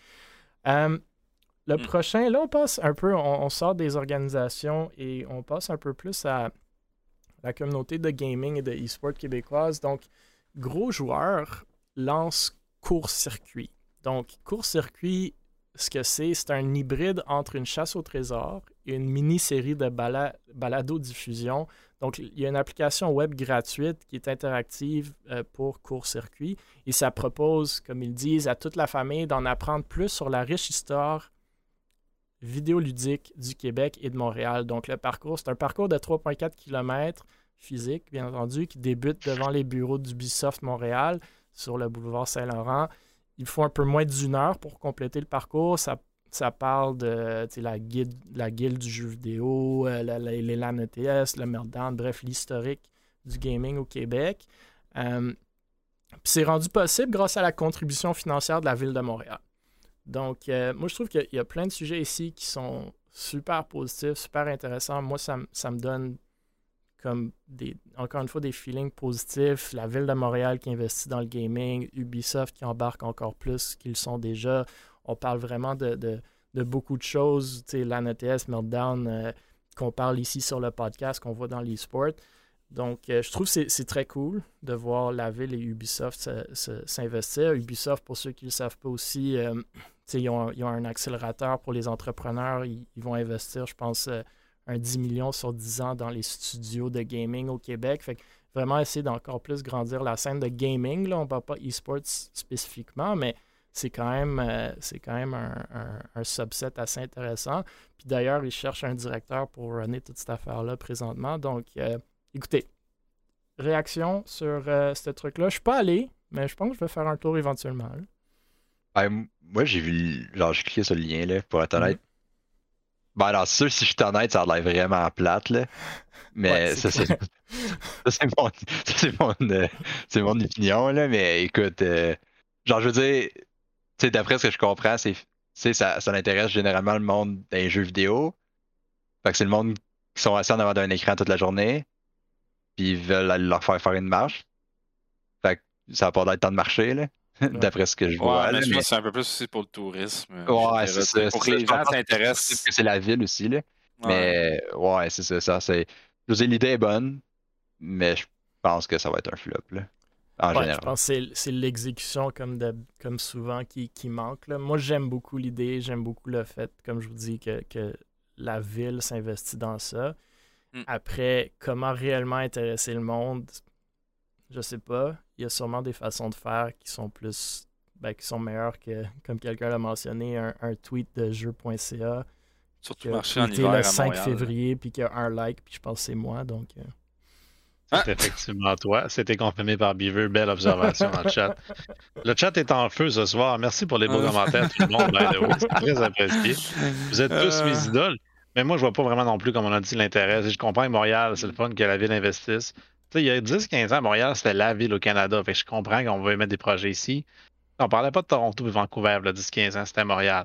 là. Euh, Le Mm. prochain, là, on passe un peu, on, on sort des organisations et on passe un peu plus à la communauté de gaming et de e-sport québécoise. Donc, Gros Joueur lance Court-Circuit. Donc, Court-Circuit, ce que c'est, c'est un hybride entre une chasse au trésor et une mini-série de bala- balado-diffusion. Donc, il y a une application web gratuite qui est interactive euh, pour Court-Circuit et ça propose, comme ils disent, à toute la famille d'en apprendre plus sur la riche histoire vidéoludique du Québec et de Montréal. Donc, le parcours, c'est un parcours de trois virgule quatre kilomètres physique, bien entendu, qui débute devant les bureaux d'Ubisoft Montréal sur le boulevard Saint-Laurent. Il faut un peu moins d'une heure pour compléter le parcours. Ça, ça parle de la guilde, la guilde du jeu vidéo, euh, la, la, les LAN E T S, le Meltdown, bref, l'historique du gaming au Québec. Euh, Puis c'est rendu possible grâce à la contribution financière de la Ville de Montréal. Donc, euh, moi, je trouve qu'il y a plein de sujets ici qui sont super positifs, super intéressants. Moi, ça, ça me donne, comme, des, encore une fois, des feelings positifs. La Ville de Montréal qui investit dans le gaming, Ubisoft qui embarque encore plus qu'ils sont déjà. On parle vraiment de, de, de beaucoup de choses. Tu sais, LAN E T S, Meltdown, euh, qu'on parle ici sur le podcast, qu'on voit dans l'e-sport. Donc, euh, je trouve que c'est, c'est très cool de voir la Ville et Ubisoft se, se, s'investir. Ubisoft, pour ceux qui ne le savent pas aussi, euh, ils, ont, ils ont un accélérateur pour les entrepreneurs. Ils, ils vont investir, je pense, euh, un dix millions sur dix ans dans les studios de gaming au Québec. Fait que vraiment essayer d'encore plus grandir la scène de gaming. Là. On ne parle pas e-sports spécifiquement, mais c'est quand même, euh, c'est quand même un, un, un subset assez intéressant. Puis d'ailleurs, ils cherchent un directeur pour runner toute cette affaire-là présentement. Donc, euh, écoutez, réaction sur euh, ce truc-là. Je suis pas allé, mais je pense que je vais faire un tour éventuellement. Ben, moi, j'ai vu, genre, j'ai cliqué sur le lien, là, pour être honnête. Mm-hmm. Ben, alors, c'est sûr, si je suis honnête, ça a l'air vraiment plate, là. Mais ouais, c'est ça, c'est, ça, c'est mon, ça, c'est mon, euh, c'est mon opinion, là. Mais écoute, euh, genre, je veux dire, tu sais, d'après ce que je comprends, c'est, c'est ça, ça intéresse généralement le monde des jeux vidéo. Fait que c'est le monde qui sont assis en avant d'un écran toute la journée. Puis ils veulent aller leur faire faire une marche. Fait que ça va pas d'être temps de marcher, là, ouais. D'après ce que je vois. Ouais, mais là, je mais... pense que c'est un peu plus aussi pour le tourisme. Ouais, c'est ça. Pour c'est que les ça. gens s'intéressent. Peut-être que c'est la ville aussi, là. Ouais. Mais ouais, c'est ça. ça c'est... Je veux dire, l'idée est bonne, mais je pense que ça va être un flop, là. En ouais, général. Je pense que c'est, c'est l'exécution, comme, de, comme souvent, qui, qui manque, là. Moi, j'aime beaucoup l'idée. J'aime beaucoup le fait, comme je vous dis, que, que la ville s'investit dans ça. Mm. Après, comment réellement intéresser le monde, je sais pas. Il y a sûrement des façons de faire qui sont plus, ben, qui sont meilleures que, comme quelqu'un l'a mentionné, un, un tweet de jeu point c a. Surtout marché en hiver le à cinq Montréal, février, puis qu'il y a un like, puis je pense que c'est moi, donc... Euh... C'est ah. effectivement toi. C'était confirmé par Beaver. Belle observation dans le chat. Le chat est en feu ce soir. Merci pour les beaux commentaires, tout le monde. By the way. C'est très apprécié. Vous êtes tous mes idoles. Mais moi, je vois pas vraiment non plus, comme on a dit, l'intérêt. Je comprends que Montréal, c'est le fun que la ville investisse. Tu sais, il y a dix quinze ans, Montréal, c'était la ville au Canada. Fait que je comprends qu'on veut mettre des projets ici. On parlait pas de Toronto et Vancouver, là, dix quinze ans, c'était Montréal.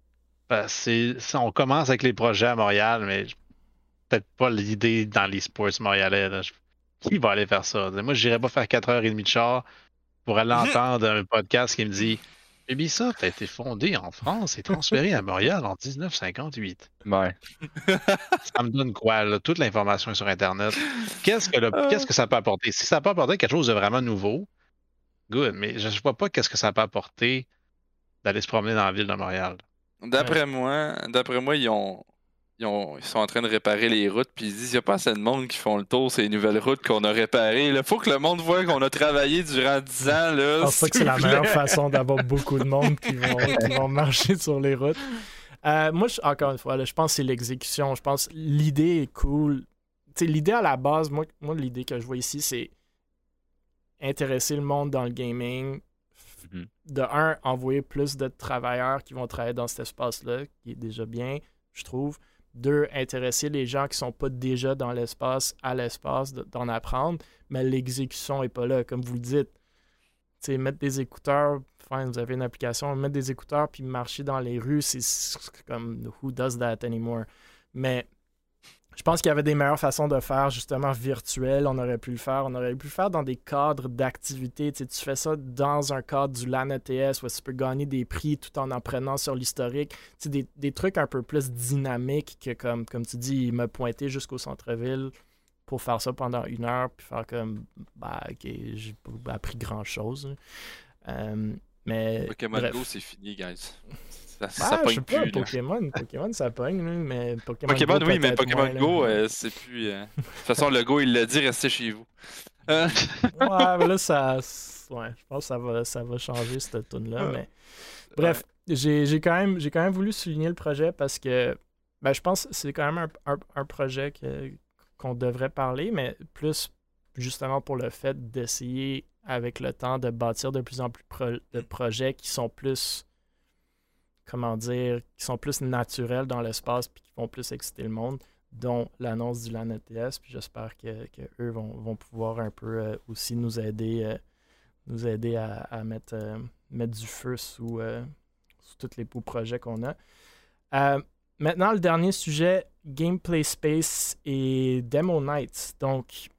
Ben, c'est, on commence avec les projets à Montréal, mais peut-être pas l'idée dans les sports montréalais. Là. Qui va aller faire ça? Moi, je n'irais pas faire quatre heures trente de char pour aller entendre un podcast qui me dit Ubisoft a été fondé en France et transféré à Montréal en dix-neuf cinquante-huit. Ouais. Ça me donne quoi, là? Toute l'information est sur Internet. Qu'est-ce que, le, qu'est-ce que ça peut apporter? Si ça peut apporter quelque chose de vraiment nouveau, good, mais je ne vois pas qu'est-ce que ça peut apporter d'aller se promener dans la ville de Montréal. D'après ouais. moi, d'après moi, ils ont. Ils, ont, ils sont en train de réparer les routes, puis ils disent il n'y a pas assez de monde qui font le tour ces nouvelles routes qu'on a réparées. Il faut que le monde voit qu'on a travaillé durant dix ans. Là, je pense pas que c'est la meilleure façon d'avoir beaucoup de monde qui vont, qui vont marcher sur les routes. Euh, moi, je, encore une fois, là, je pense que c'est l'exécution. Je pense que l'idée est cool. T'sais, l'idée à la base, moi, moi, l'idée que je vois ici, c'est intéresser le monde dans le gaming. Mm-hmm. De un, envoyer plus de travailleurs qui vont travailler dans cet espace-là, qui est déjà bien, je trouve. Deux, intéresser les gens qui ne sont pas déjà dans l'espace à l'espace, d'en apprendre, mais l'exécution n'est pas là, comme vous le dites. T'sais, mettre des écouteurs, enfin, vous avez une application, mettre des écouteurs puis marcher dans les rues, c'est, c'est comme « who does that anymore ?» Mais je pense qu'il y avait des meilleures façons de faire, justement, virtuel. On aurait pu le faire. On aurait pu le faire dans des cadres d'activité. Tu sais, tu fais ça dans un cadre du LAN E T S où tu peux gagner des prix tout en apprenant sur l'historique. Tu sais, des, des trucs un peu plus dynamiques que, comme, comme tu dis, me pointer jusqu'au centre-ville pour faire ça pendant une heure puis faire comme, bah, OK, j'ai pas appris grand-chose. Euh, mais Pokémon bref. Go, c'est fini, guys. Ça, bah, ça pogne je sais plus. Pas, là. Pokémon, Pokémon, ça pogne, là, mais Pokémon, Pokémon Go, oui, mais Pokémon moins, Go, là. euh, c'est plus... Euh... De toute façon, le Go, il l'a dit, restez chez vous. Euh... ouais, mais là, ça... Ouais, je pense que ça va, ça va changer, cette tune-là, mais... Bref, ouais. j'ai, j'ai, quand même, j'ai quand même voulu souligner le projet parce que ben, je pense que c'est quand même un, un, un projet que, qu'on devrait parler, mais plus justement pour le fait d'essayer, avec le temps, de bâtir de plus en plus pro- de projets qui sont plus... comment dire, qui sont plus naturels dans l'espace puis qui vont plus exciter le monde, dont l'annonce du LAN E T S. Puis j'espère que, que eux vont, vont pouvoir un peu euh, aussi nous aider, euh, nous aider à, à mettre, euh, mettre du feu sous, euh, sous tous les beaux projets qu'on a. Euh, maintenant, le dernier sujet, Gameplay Space et Demo Nights. Donc,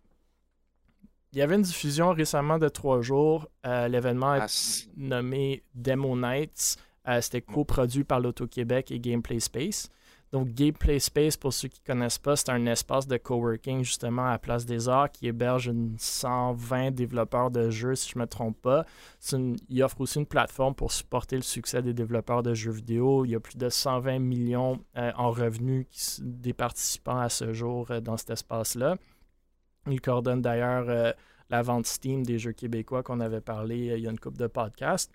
il y avait une diffusion récemment de trois jours. Euh, l'événement est Ah, c- nommé Demo Nights. Euh, c'était coproduit par l'Auto-Québec et Gameplay Space. Donc, Gameplay Space, pour ceux qui ne connaissent pas, c'est un espace de coworking justement à Place des Arts qui héberge une cent vingt développeurs de jeux, si je ne me trompe pas. C'est une- il offre aussi une plateforme pour supporter le succès des développeurs de jeux vidéo. Il y a plus de cent vingt millions euh, en revenus qui s- des participants à ce jour euh, dans cet espace-là. Il coordonne d'ailleurs euh, la vente Steam des jeux québécois qu'on avait parlé euh, il y a une couple de podcasts.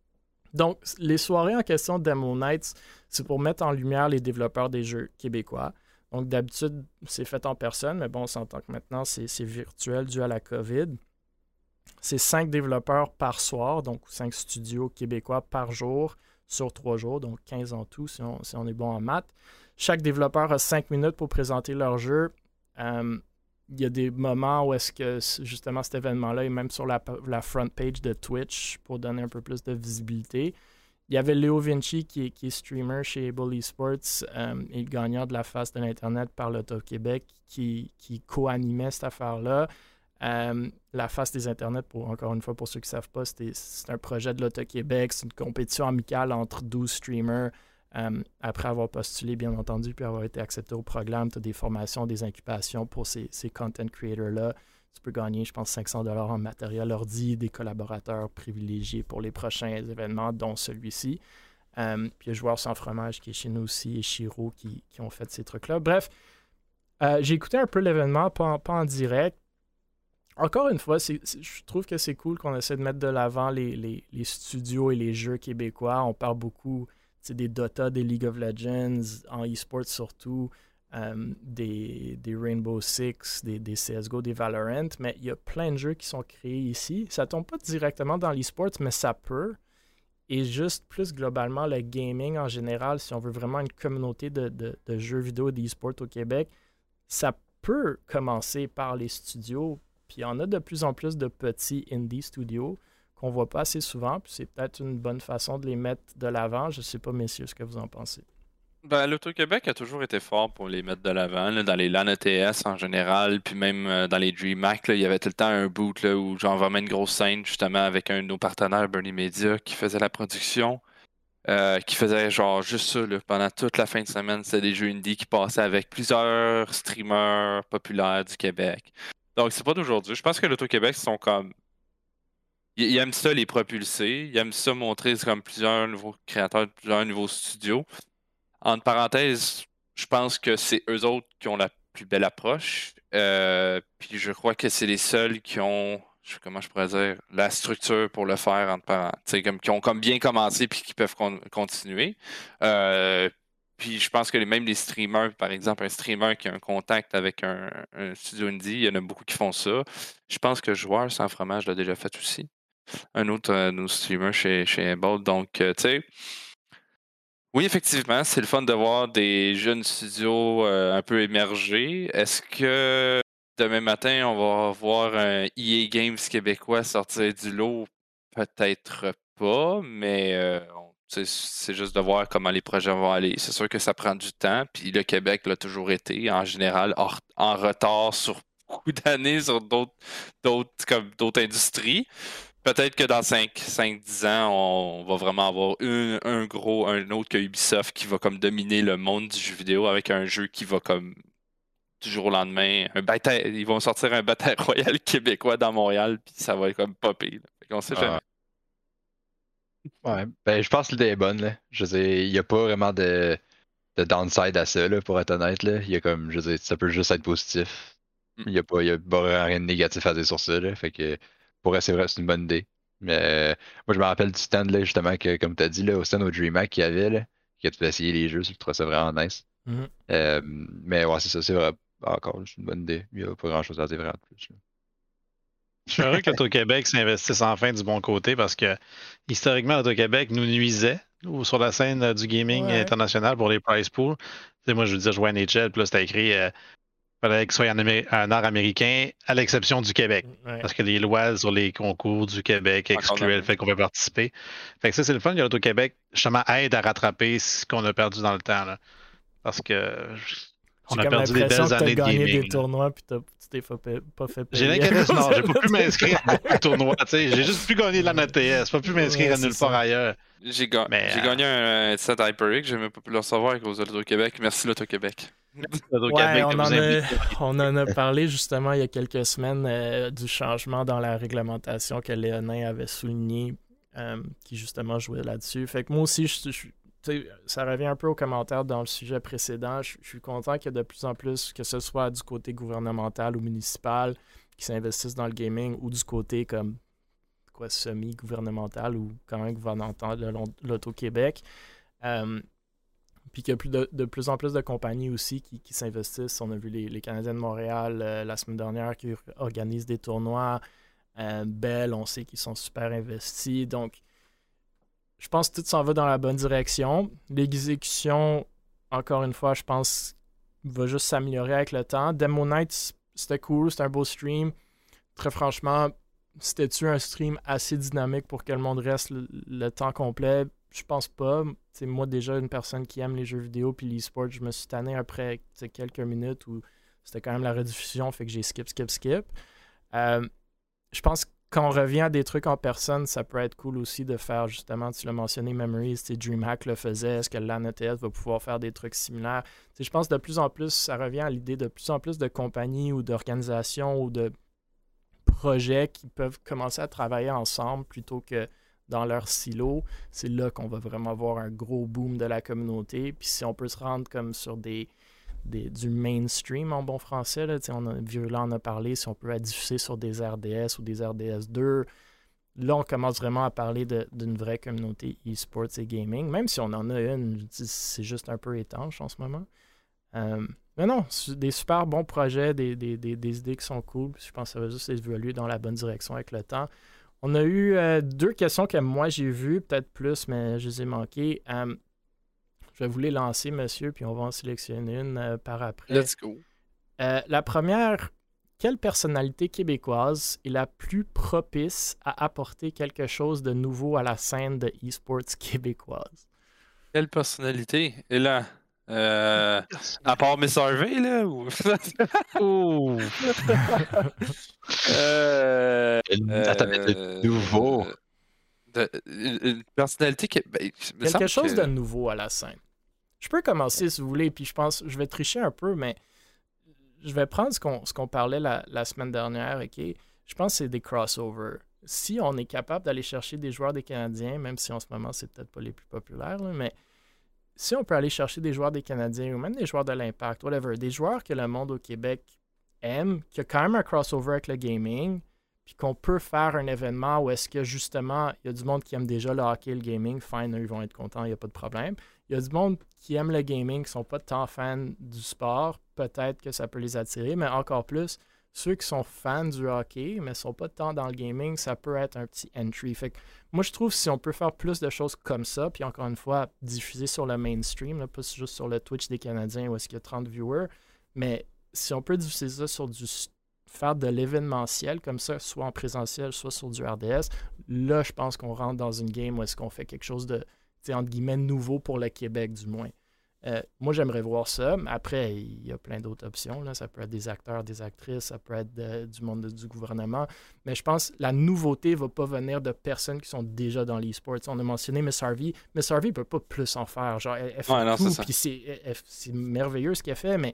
Donc, les soirées en question de Demo Nights, c'est pour mettre en lumière les développeurs des jeux québécois. Donc, d'habitude, c'est fait en personne, mais bon, on s'entend que maintenant, c'est, c'est virtuel dû à la COVID. C'est cinq développeurs par soir, donc cinq studios québécois par jour sur trois jours, donc quinze en tout si on, si on est bon en maths. Chaque développeur a cinq minutes pour présenter leur jeu. Euh, il y a des moments où est-ce que justement cet événement-là est même sur la, la front page de Twitch pour donner un peu plus de visibilité. Il y avait Léo Vinci qui est, qui est streamer chez Able Esports euh, et gagnant de la face de l'Internet par l'Auto-Québec qui, qui co-animait cette affaire-là. Euh, la face des Internets, pour, encore une fois, pour ceux qui ne savent pas, c'est, c'est un projet de l'Auto-Québec. C'est une compétition amicale entre douze streamers. Euh, après avoir postulé, bien entendu, puis avoir été accepté au programme, tu as des formations, des incubations pour ces, ces content creators-là. Tu peux gagner, je pense, cinq cents dollars en matériel ordi, des collaborateurs privilégiés pour les prochains événements, dont celui-ci. Euh, puis il y a Joueurs sans fromage qui est chez nous aussi et Chiro qui, qui ont fait ces trucs-là. Bref, euh, j'ai écouté un peu l'événement, pas en, pas en direct. Encore une fois, c'est, c'est, je trouve que c'est cool qu'on essaie de mettre de l'avant les, les, les studios et les jeux québécois. On parle beaucoup des Dota, des League of Legends, en e-sport surtout, euh, des, des Rainbow Six, des, des C S G O, des Valorant, mais il y a plein de jeux qui sont créés ici. Ça tombe pas directement dans l'e-sport, mais ça peut. Et juste plus globalement, le gaming en général, si on veut vraiment une communauté de, de, de jeux vidéo et d'e-sport au Québec, ça peut commencer par les studios. Puis il y en a de plus en plus de petits indie studios qu'on voit pas assez souvent, puis c'est peut-être une bonne façon de les mettre de l'avant. Je sais pas, messieurs, ce que vous en pensez. Ben, l'Auto-Québec a toujours été fort pour les mettre de l'avant, là, dans les LAN E T S en général, puis même euh, dans les DreamHack, là, il y avait tout le temps un boot là, où genre vraiment une grosse scène justement avec un de nos partenaires, Bernie Media, qui faisait la production, euh, qui faisait genre juste ça là, pendant toute la fin de semaine. C'était des jeux indie qui passaient avec plusieurs streamers populaires du Québec. Donc c'est pas d'aujourd'hui. Je pense que l'Auto-Québec sont comme Ils ils aiment ça les propulser, ils aiment ça montrer comme plusieurs nouveaux créateurs, plusieurs nouveaux studios. Entre parenthèses, je pense que c'est eux autres qui ont la plus belle approche. Euh, puis je crois que c'est les seuls qui ont, je- comment je pourrais dire, la structure pour le faire entre parenthèses, comme, qui ont comme bien commencé puis qui peuvent con- continuer. Euh, puis je pense que les- même les streamers, par exemple, un streamer qui a un contact avec un, un studio indie, il y en a beaucoup qui font ça. Je pense que Joueur sans fromage l'a déjà fait aussi. Un autre euh, de nos streamers chez, chez Able. Donc, euh, tu sais, oui, effectivement, c'est le fun de voir des jeunes studios euh, un peu émerger. Est-ce que demain matin, on va voir un E A Games québécois sortir du lot? Peut-être pas, mais euh, on- tu sais, c'est juste de voir comment les projets vont aller. C'est sûr que ça prend du temps, puis le Québec l'a toujours été, en général, en, en retard sur beaucoup d'années sur d'autres, d'autres, comme d'autres industries. Peut-être que dans cinq, dix ans, on va vraiment avoir un, un gros, un autre que Ubisoft qui va comme dominer le monde du jeu vidéo avec un jeu qui va comme du jour au lendemain, un bataille, ils vont sortir un bataille royale québécois dans Montréal, puis ça va être comme popé. Là. Fait qu'on sait jamais. Ouais, ben je pense que l'idée est bonne, là. Je veux dire, il n'y a pas vraiment de, de downside à ça, là, pour être honnête, là. Il y a comme, je veux dire, ça peut juste être positif. Mm. Il n'y a pas, il y a pas rien de négatif à dire sur ça, là. Fait que, pour eux, c'est vrai, c'est une bonne idée. Mais, euh, moi, je me rappelle du stand, là, justement, que, comme tu as dit, là, au stand au DreamHack qu'il y avait, là, que tu peux essayer les jeux, je trouve ça vraiment nice. Mm-hmm. Euh, mais ouais, c'est ça, c'est vrai. Encore, c'est une bonne idée. Il n'y a pas grand chose à dire vraiment de plus, là. Je suis heureux que l'Auto-Québec s'investisse enfin du bon côté parce que historiquement, l'Auto-Québec nous nuisait ou sur la scène euh, du gaming Ouais. international pour les prize pools. Tu sais, moi, je veux dire, je jouais à N H L, puis là, c'était écrit euh, fallait que ce soit en, Amé- en art américain, à l'exception du Québec. Ouais. Parce que les lois sur les concours du Québec Encore excluaient le là. fait qu'on peut participer. Fait que ça, c'est le fun que l'Auto-Québec, justement, aide à rattraper ce qu'on a perdu dans le temps. Là. Parce que on J'ai a comme perdu des l'impression belles que t'as années de gagné gaming. des tournois puis t'as- tu t'es pas, pa- pas fait J'ai payer. l'impression, non, j'ai pas pu m'inscrire à beaucoup de tournois. t'sais. J'ai juste pu gagner de la N T S, pas pu m'inscrire Ouais, à nulle c'est part ça. ailleurs. J'ai ga- Mais, j'ai euh, gagné un, un set HyperX, j'ai même pas pu le recevoir à cause de l'Auto-Québec. Merci l'Auto-Québec. Ouais, on de en, vous a, impliquer. on en a parlé justement il y a quelques semaines euh, du changement dans la réglementation que Léonin avait souligné, euh, qui justement jouait là-dessus. Fait que moi aussi, je, je- tu sais, ça revient un peu aux commentaires dans le sujet précédent. Je, je suis content qu'il y ait de plus en plus, que ce soit du côté gouvernemental ou municipal, qui s'investissent dans le gaming, ou du côté comme quoi semi-gouvernemental ou quand même gouvernemental de l'On- l'Auto-Québec. Euh, Puis qu'il y a plus de, de plus en plus de compagnies aussi qui, qui s'investissent. On a vu les, les Canadiens de Montréal euh, la semaine dernière qui organisent des tournois. Euh, Bell, on sait qu'ils sont super investis. Donc, je pense que tout s'en va dans la bonne direction. L'exécution, encore une fois, je pense, va juste s'améliorer avec le temps. Demo Night, c'était cool, c'était un beau stream. Très franchement, c'était-tu un stream assez dynamique pour que le monde reste le, le temps complet? Je pense pas. T'sais, moi, déjà, une personne qui aime les jeux vidéo puis l'e-sport, je me suis tanné après t'sais, quelques minutes où c'était quand même la rediffusion, fait que j'ai skip, skip, skip. Euh, je pense que quand on revient à des trucs en personne, ça peut être cool aussi de faire, justement, tu l'as mentionné, Memories, DreamHack le faisait, est-ce que l'A N T S va pouvoir faire des trucs similaires? T'sais, je pense que de plus en plus, ça revient à l'idée de plus en plus de compagnies ou d'organisations ou de projets qui peuvent commencer à travailler ensemble plutôt que dans leur silo. C'est là qu'on va vraiment voir un gros boom de la communauté. Puis si on peut se rendre comme sur des, des du mainstream en bon français, là, on a, Virulent en a parlé, si on peut être diffusé sur des R D S ou des R D S deux, là on commence vraiment à parler de, d'une vraie communauté e-sports et gaming. Même si on en a une, c'est juste un peu étanche en ce moment. Euh, mais non, des super bons projets, des, des, des, des idées qui sont cool. Je pense que ça va juste évoluer dans la bonne direction avec le temps. On a eu euh, deux questions que moi j'ai vues, peut-être plus, mais je les ai manquées. Euh, je vais vous les lancer, monsieur, puis on va en sélectionner une euh, par après. Let's go. Euh, la première, quelle personnalité québécoise est la plus propice à apporter quelque chose de nouveau à la scène de e-sports québécoise? Quelle personnalité? Et là, euh, à part Miss Harvey, là? Ou... Ouh. euh, Attends, mais de euh, nouveau. de- une, une personnalité qui. Ben, il me Quelque semble chose que- de nouveau à la scène. Je peux commencer si vous voulez, puis je pense, je vais tricher un peu, mais je vais prendre ce qu'on, ce qu'on parlait la, la semaine dernière, ok? Je pense que c'est des crossovers. Si on est capable d'aller chercher des joueurs des Canadiens, même si en ce moment c'est peut-être pas les plus populaires, là, mais si on peut aller chercher des joueurs des Canadiens ou même des joueurs de l'Impact, whatever, des joueurs que le monde au Québec aime, qui a quand même un crossover avec le gaming, puis qu'on peut faire un événement où est-ce que justement, il y a du monde qui aime déjà le hockey et le gaming, fine, eux, ils vont être contents, il n'y a pas de problème. Il y a du monde qui aime le gaming, qui ne sont pas tant fans du sport, peut-être que ça peut les attirer, mais encore plus, ceux qui sont fans du hockey, mais ne sont pas tant dans le gaming, ça peut être un petit entry. Fait que moi, je trouve que si on peut faire plus de choses comme ça, puis encore une fois, diffuser sur le mainstream, là, pas juste sur le Twitch des Canadiens où est-ce qu'il y a trente viewers, mais si on peut diffuser ça sur du faire de l'événementiel comme ça, soit en présentiel, soit sur du R D S, là, je pense qu'on rentre dans une game où est-ce qu'on fait quelque chose de, entre guillemets, nouveau pour le Québec, du moins. Euh, moi, j'aimerais voir ça. Après, il y a plein d'autres options. Là. Ça peut être des acteurs, des actrices, ça peut être de, du monde de, du gouvernement. Mais je pense que la nouveauté ne va pas venir de personnes qui sont déjà dans l'e-sport. On a mentionné Miss Harvey. Miss Harvey ne peut pas plus en faire. Genre, elle, elle fait Ouais, non, tout, c'est ça. puis c'est, elle- elle- c'est merveilleux ce qu'elle fait, mais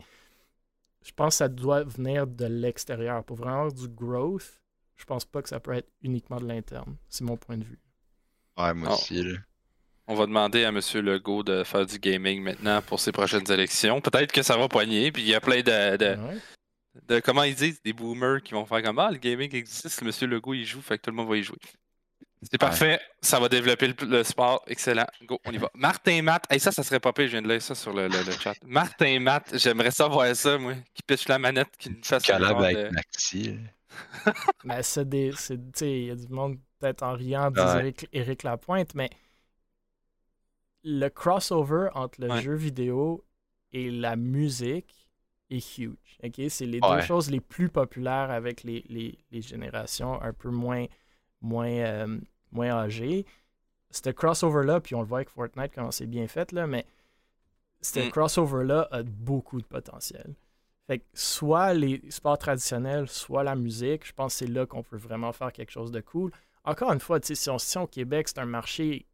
je pense que ça doit venir de l'extérieur. Pour vraiment avoir du growth, je pense pas que ça peut être uniquement de l'interne. C'est mon point de vue. Ouais, moi Oh. aussi. Là. On va demander à M. Legault de faire du gaming maintenant pour ses prochaines élections. Peut-être que ça va poigner, puis il y a plein de, de, Ouais. de- comment ils disent, des boomers qui vont faire comme ah, le gaming existe, M. Legault il joue, fait que tout le monde va y jouer. C'est parfait, ça va développer le, le sport, excellent. Go, on y va. Martin Matt, hey, ça, ça serait pas pire, je viens de lire ça sur le, le, le chat. Martin Matt, j'aimerais ça voir ça, moi, qui pitche la manette, qui nous fasse un Collab genre avec de... Maxi. là. Mais c'est des. c'est- tu sais, il y a du monde peut-être en riant, disent Ouais. Éric, Éric Lapointe, mais le crossover entre le Ouais. jeu vidéo et la musique est huge. Ok, c'est les Ouais. deux choses les plus populaires avec les, les, les générations un peu moins, moins, euh, moins âgées. Ce crossover-là, puis on le voit avec Fortnite comment c'est bien fait, là, mais ce Mm. crossover-là a beaucoup de potentiel. Fait que soit les sports traditionnels, soit la musique, je pense que c'est là qu'on peut vraiment faire quelque chose de cool. Encore une fois, tu sais, si on se tient au Québec, c'est un marché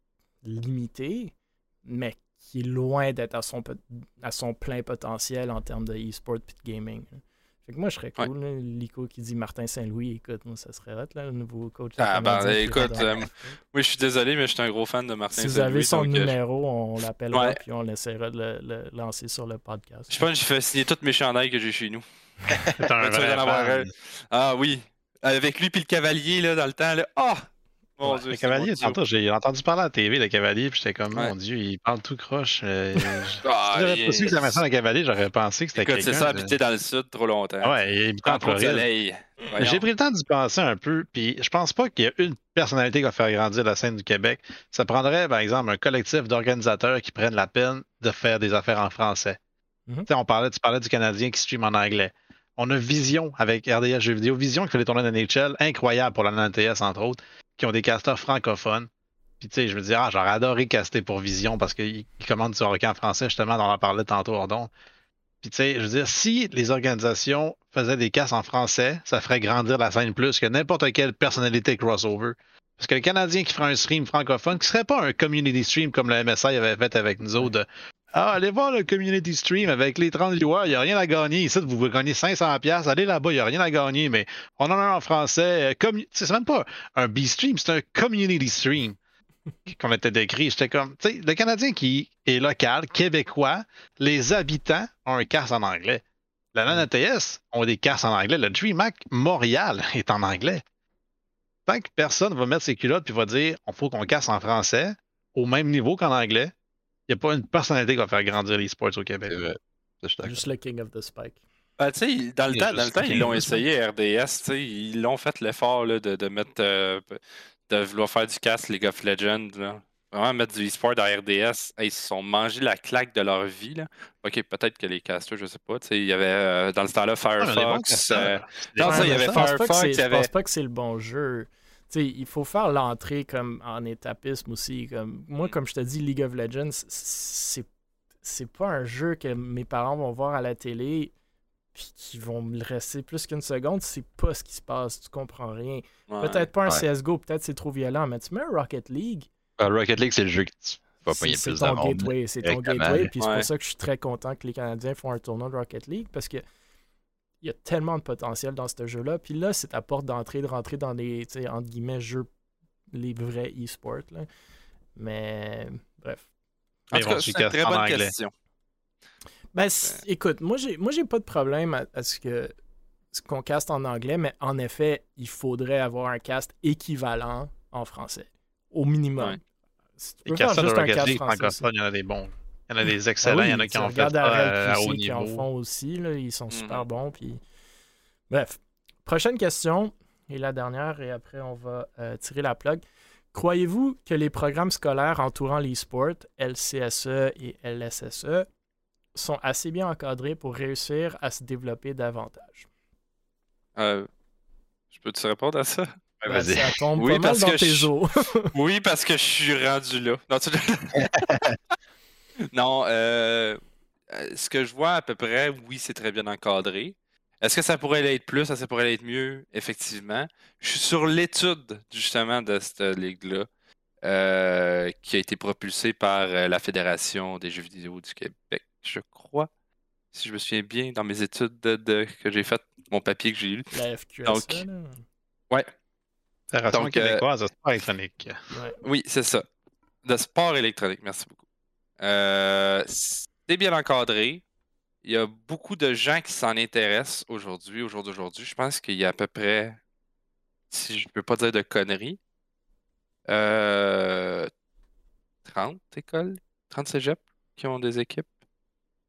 limité, mais qui est loin d'être à son, pot- à son plein potentiel en termes de e-sport et de gaming. Là. Fait que moi, je serais cool. là. Lico qui dit Martin Saint-Louis, écoute, moi, ça serait hot, là, le nouveau coach. des Ah, ben, Canadiens qui écoute, est dans- euh, oui, je suis désolé, mais je suis un gros fan de Martin Si vous Saint-Louis. avez son donc, euh, numéro, on l'appellera Ouais. puis on essaiera de le, le lancer sur le podcast. Je pense que j'ai fait signer toutes mes chandails que j'ai chez nous. C'est un Tu vas vrai en avoir fan. un. Ah oui. Avec lui puis le cavalier là, dans le temps. Là. Oh! Mon Ouais, Dieu, le c'est mon cavalier, duo. tantôt, j'ai entendu parler à la T V, le cavalier, puis j'étais comme, Ouais. mon Dieu, il parle tout croche. euh, je- Ah, si j'avais il- pas su que ça m'attendait un cavalier, j'aurais pensé que c'était Écoute, quelqu'un. c'est ça, de- habiter dans le sud trop longtemps. Ah ouais, il habitait Prends en trop de Floride. soleil. Voyons. J'ai pris le temps d'y penser un peu, puis je pense pas qu'il y a une personnalité qui va faire grandir la scène du Québec. Ça prendrait, par exemple, un collectif d'organisateurs qui prennent la peine de faire des affaires en français. Mhm. Tu sais, on parlait, tu parlais du Canadien qui stream en anglais. On a Vision avec R D S Jeux vidéo. Vision qui fait les tournois de N H L, incroyable pour la N T S, entre autres, qui ont des casteurs francophones. Puis tu sais, je me dis, ah, j'aurais adoré caster pour Vision parce qu'ils ils commandent du hockey en français, justement, on en parlait tantôt, Ordon. Puis tu sais, je veux dire, si les organisations faisaient des castes en français, ça ferait grandir la scène plus que n'importe quelle personnalité crossover. Parce que le Canadien qui ferait un stream francophone, qui serait pas un community stream comme le M S I avait fait avec nous autres, de, ah, allez voir le community stream avec les trente viewers, il n'y a rien à gagner. Ici, vous gagnez cinq cents dollars, allez là-bas, il n'y a rien à gagner, mais on en a un en français. Comme, c'est même pas un B-stream, c'est un community stream qu'on était décrit. J'étais comme, tu sais, le Canadien qui est local, québécois, les habitants ont un casse en anglais. La N T S ont des casses en anglais. Le DreamHack Montréal est en anglais. Tant que personne va mettre ses culottes et va dire on faut qu'on casse en français au même niveau qu'en anglais, il n'y a pas une personnalité qui va faire grandir les sports au Québec. C'est vrai. Ça, je suis d'accord. Juste le King of the Spike. Ben, tu sais, dans le Il temps, est dans le juste temps ils l'ont quinze, essayé, R D S. tu sais, Ils l'ont fait l'effort là, de, de mettre. euh, de vouloir faire du cast League of Legends. Là. Vraiment mettre du e-sport dans R D S. Hey, ils se sont mangés la claque de leur vie. Là. Ok, peut-être que les casters, je sais pas. tu sais, Il y avait euh, dans le temps-là Ah, mais des bons Firefox. casteurs. euh, C'est des non, bons ça, il y avait je pense pas que Firefox, c'est- il y je avait- pense pas que c'est le bon jeu. Tu sais, il faut faire l'entrée comme en étapisme aussi. Comme, moi, comme je te dis, League of Legends, c'est c'est pas un jeu que mes parents vont voir à la télé puis qui vont me le rester plus qu'une seconde. C'est pas ce qui se passe. Tu comprends rien. Ouais. Peut-être pas un Ouais. C S G O, peut-être c'est trop violent, mais tu mets un Rocket League, Ah, Rocket League, c'est le jeu que tu vas c'est payer c'est plus ton de monde. gateway. C'est ton directement, gateway. là. Puis c'est Ouais. pour ça que je suis très content que les Canadiens font un tournoi de Rocket League parce que il y a tellement de potentiel dans ce jeu-là. Puis là, c'est ta porte d'entrée de rentrer dans les, tu sais, entre guillemets, jeux, les vrais e-sports. là. Mais bref. En Mais tout bon, cas, c'est c'est une cast très en bonne anglais. question. Ben, c- écoute, moi, j'ai moi j'ai pas de problème à, à ce que ce qu'on caste en anglais, mais en effet, il faudrait avoir un cast équivalent en français, au minimum. Ouais. Si tu Les peux faire casteurs de juste un Rocket cast League français, francophones, il y en a des bons. Il y en a des Ah excellents, oui, il y en a qui tu ont fait regardes ça Arel à, à haut Q C qui en niveau. font aussi, là, ils sont super Mhm. bons. Puis... Bref, prochaine question, et la dernière, et après on va euh, tirer la plug. Croyez-vous que les programmes scolaires entourant l'e-sport, L C S E et L S S E, sont assez bien encadrés pour réussir à se développer davantage? Euh, je peux te répondre à ça? Ouais, Ben, vas-y. ça tombe Oui, pas mal parce dans que tes je- eaux. Oui, parce que je suis rendu là. Non, tu- non euh, euh, ce que je vois à peu près, oui, c'est très bien encadré. Est-ce que ça pourrait l'être plus, ça pourrait l'être mieux? Effectivement. Je suis sur l'étude, justement, de cette ligue-là, euh, qui a été propulsée par euh, la Fédération des jeux vidéo du Québec, je crois. Si je me souviens bien, dans mes études de, de- que j'ai faites, mon papier que j'ai lu. La F Q S E, Donc, là. Ouais, Fédération Donc, euh, québécoise de sport électronique. Ouais. oui, c'est ça. De sport électronique, merci beaucoup. Euh, c'est bien encadré. Il y a beaucoup de gens qui s'en intéressent aujourd'hui, au jour d'aujourd'hui. Je pense qu'il y a à peu près, si je ne peux pas dire de conneries, euh, trente écoles, trente cégeps qui ont des équipes.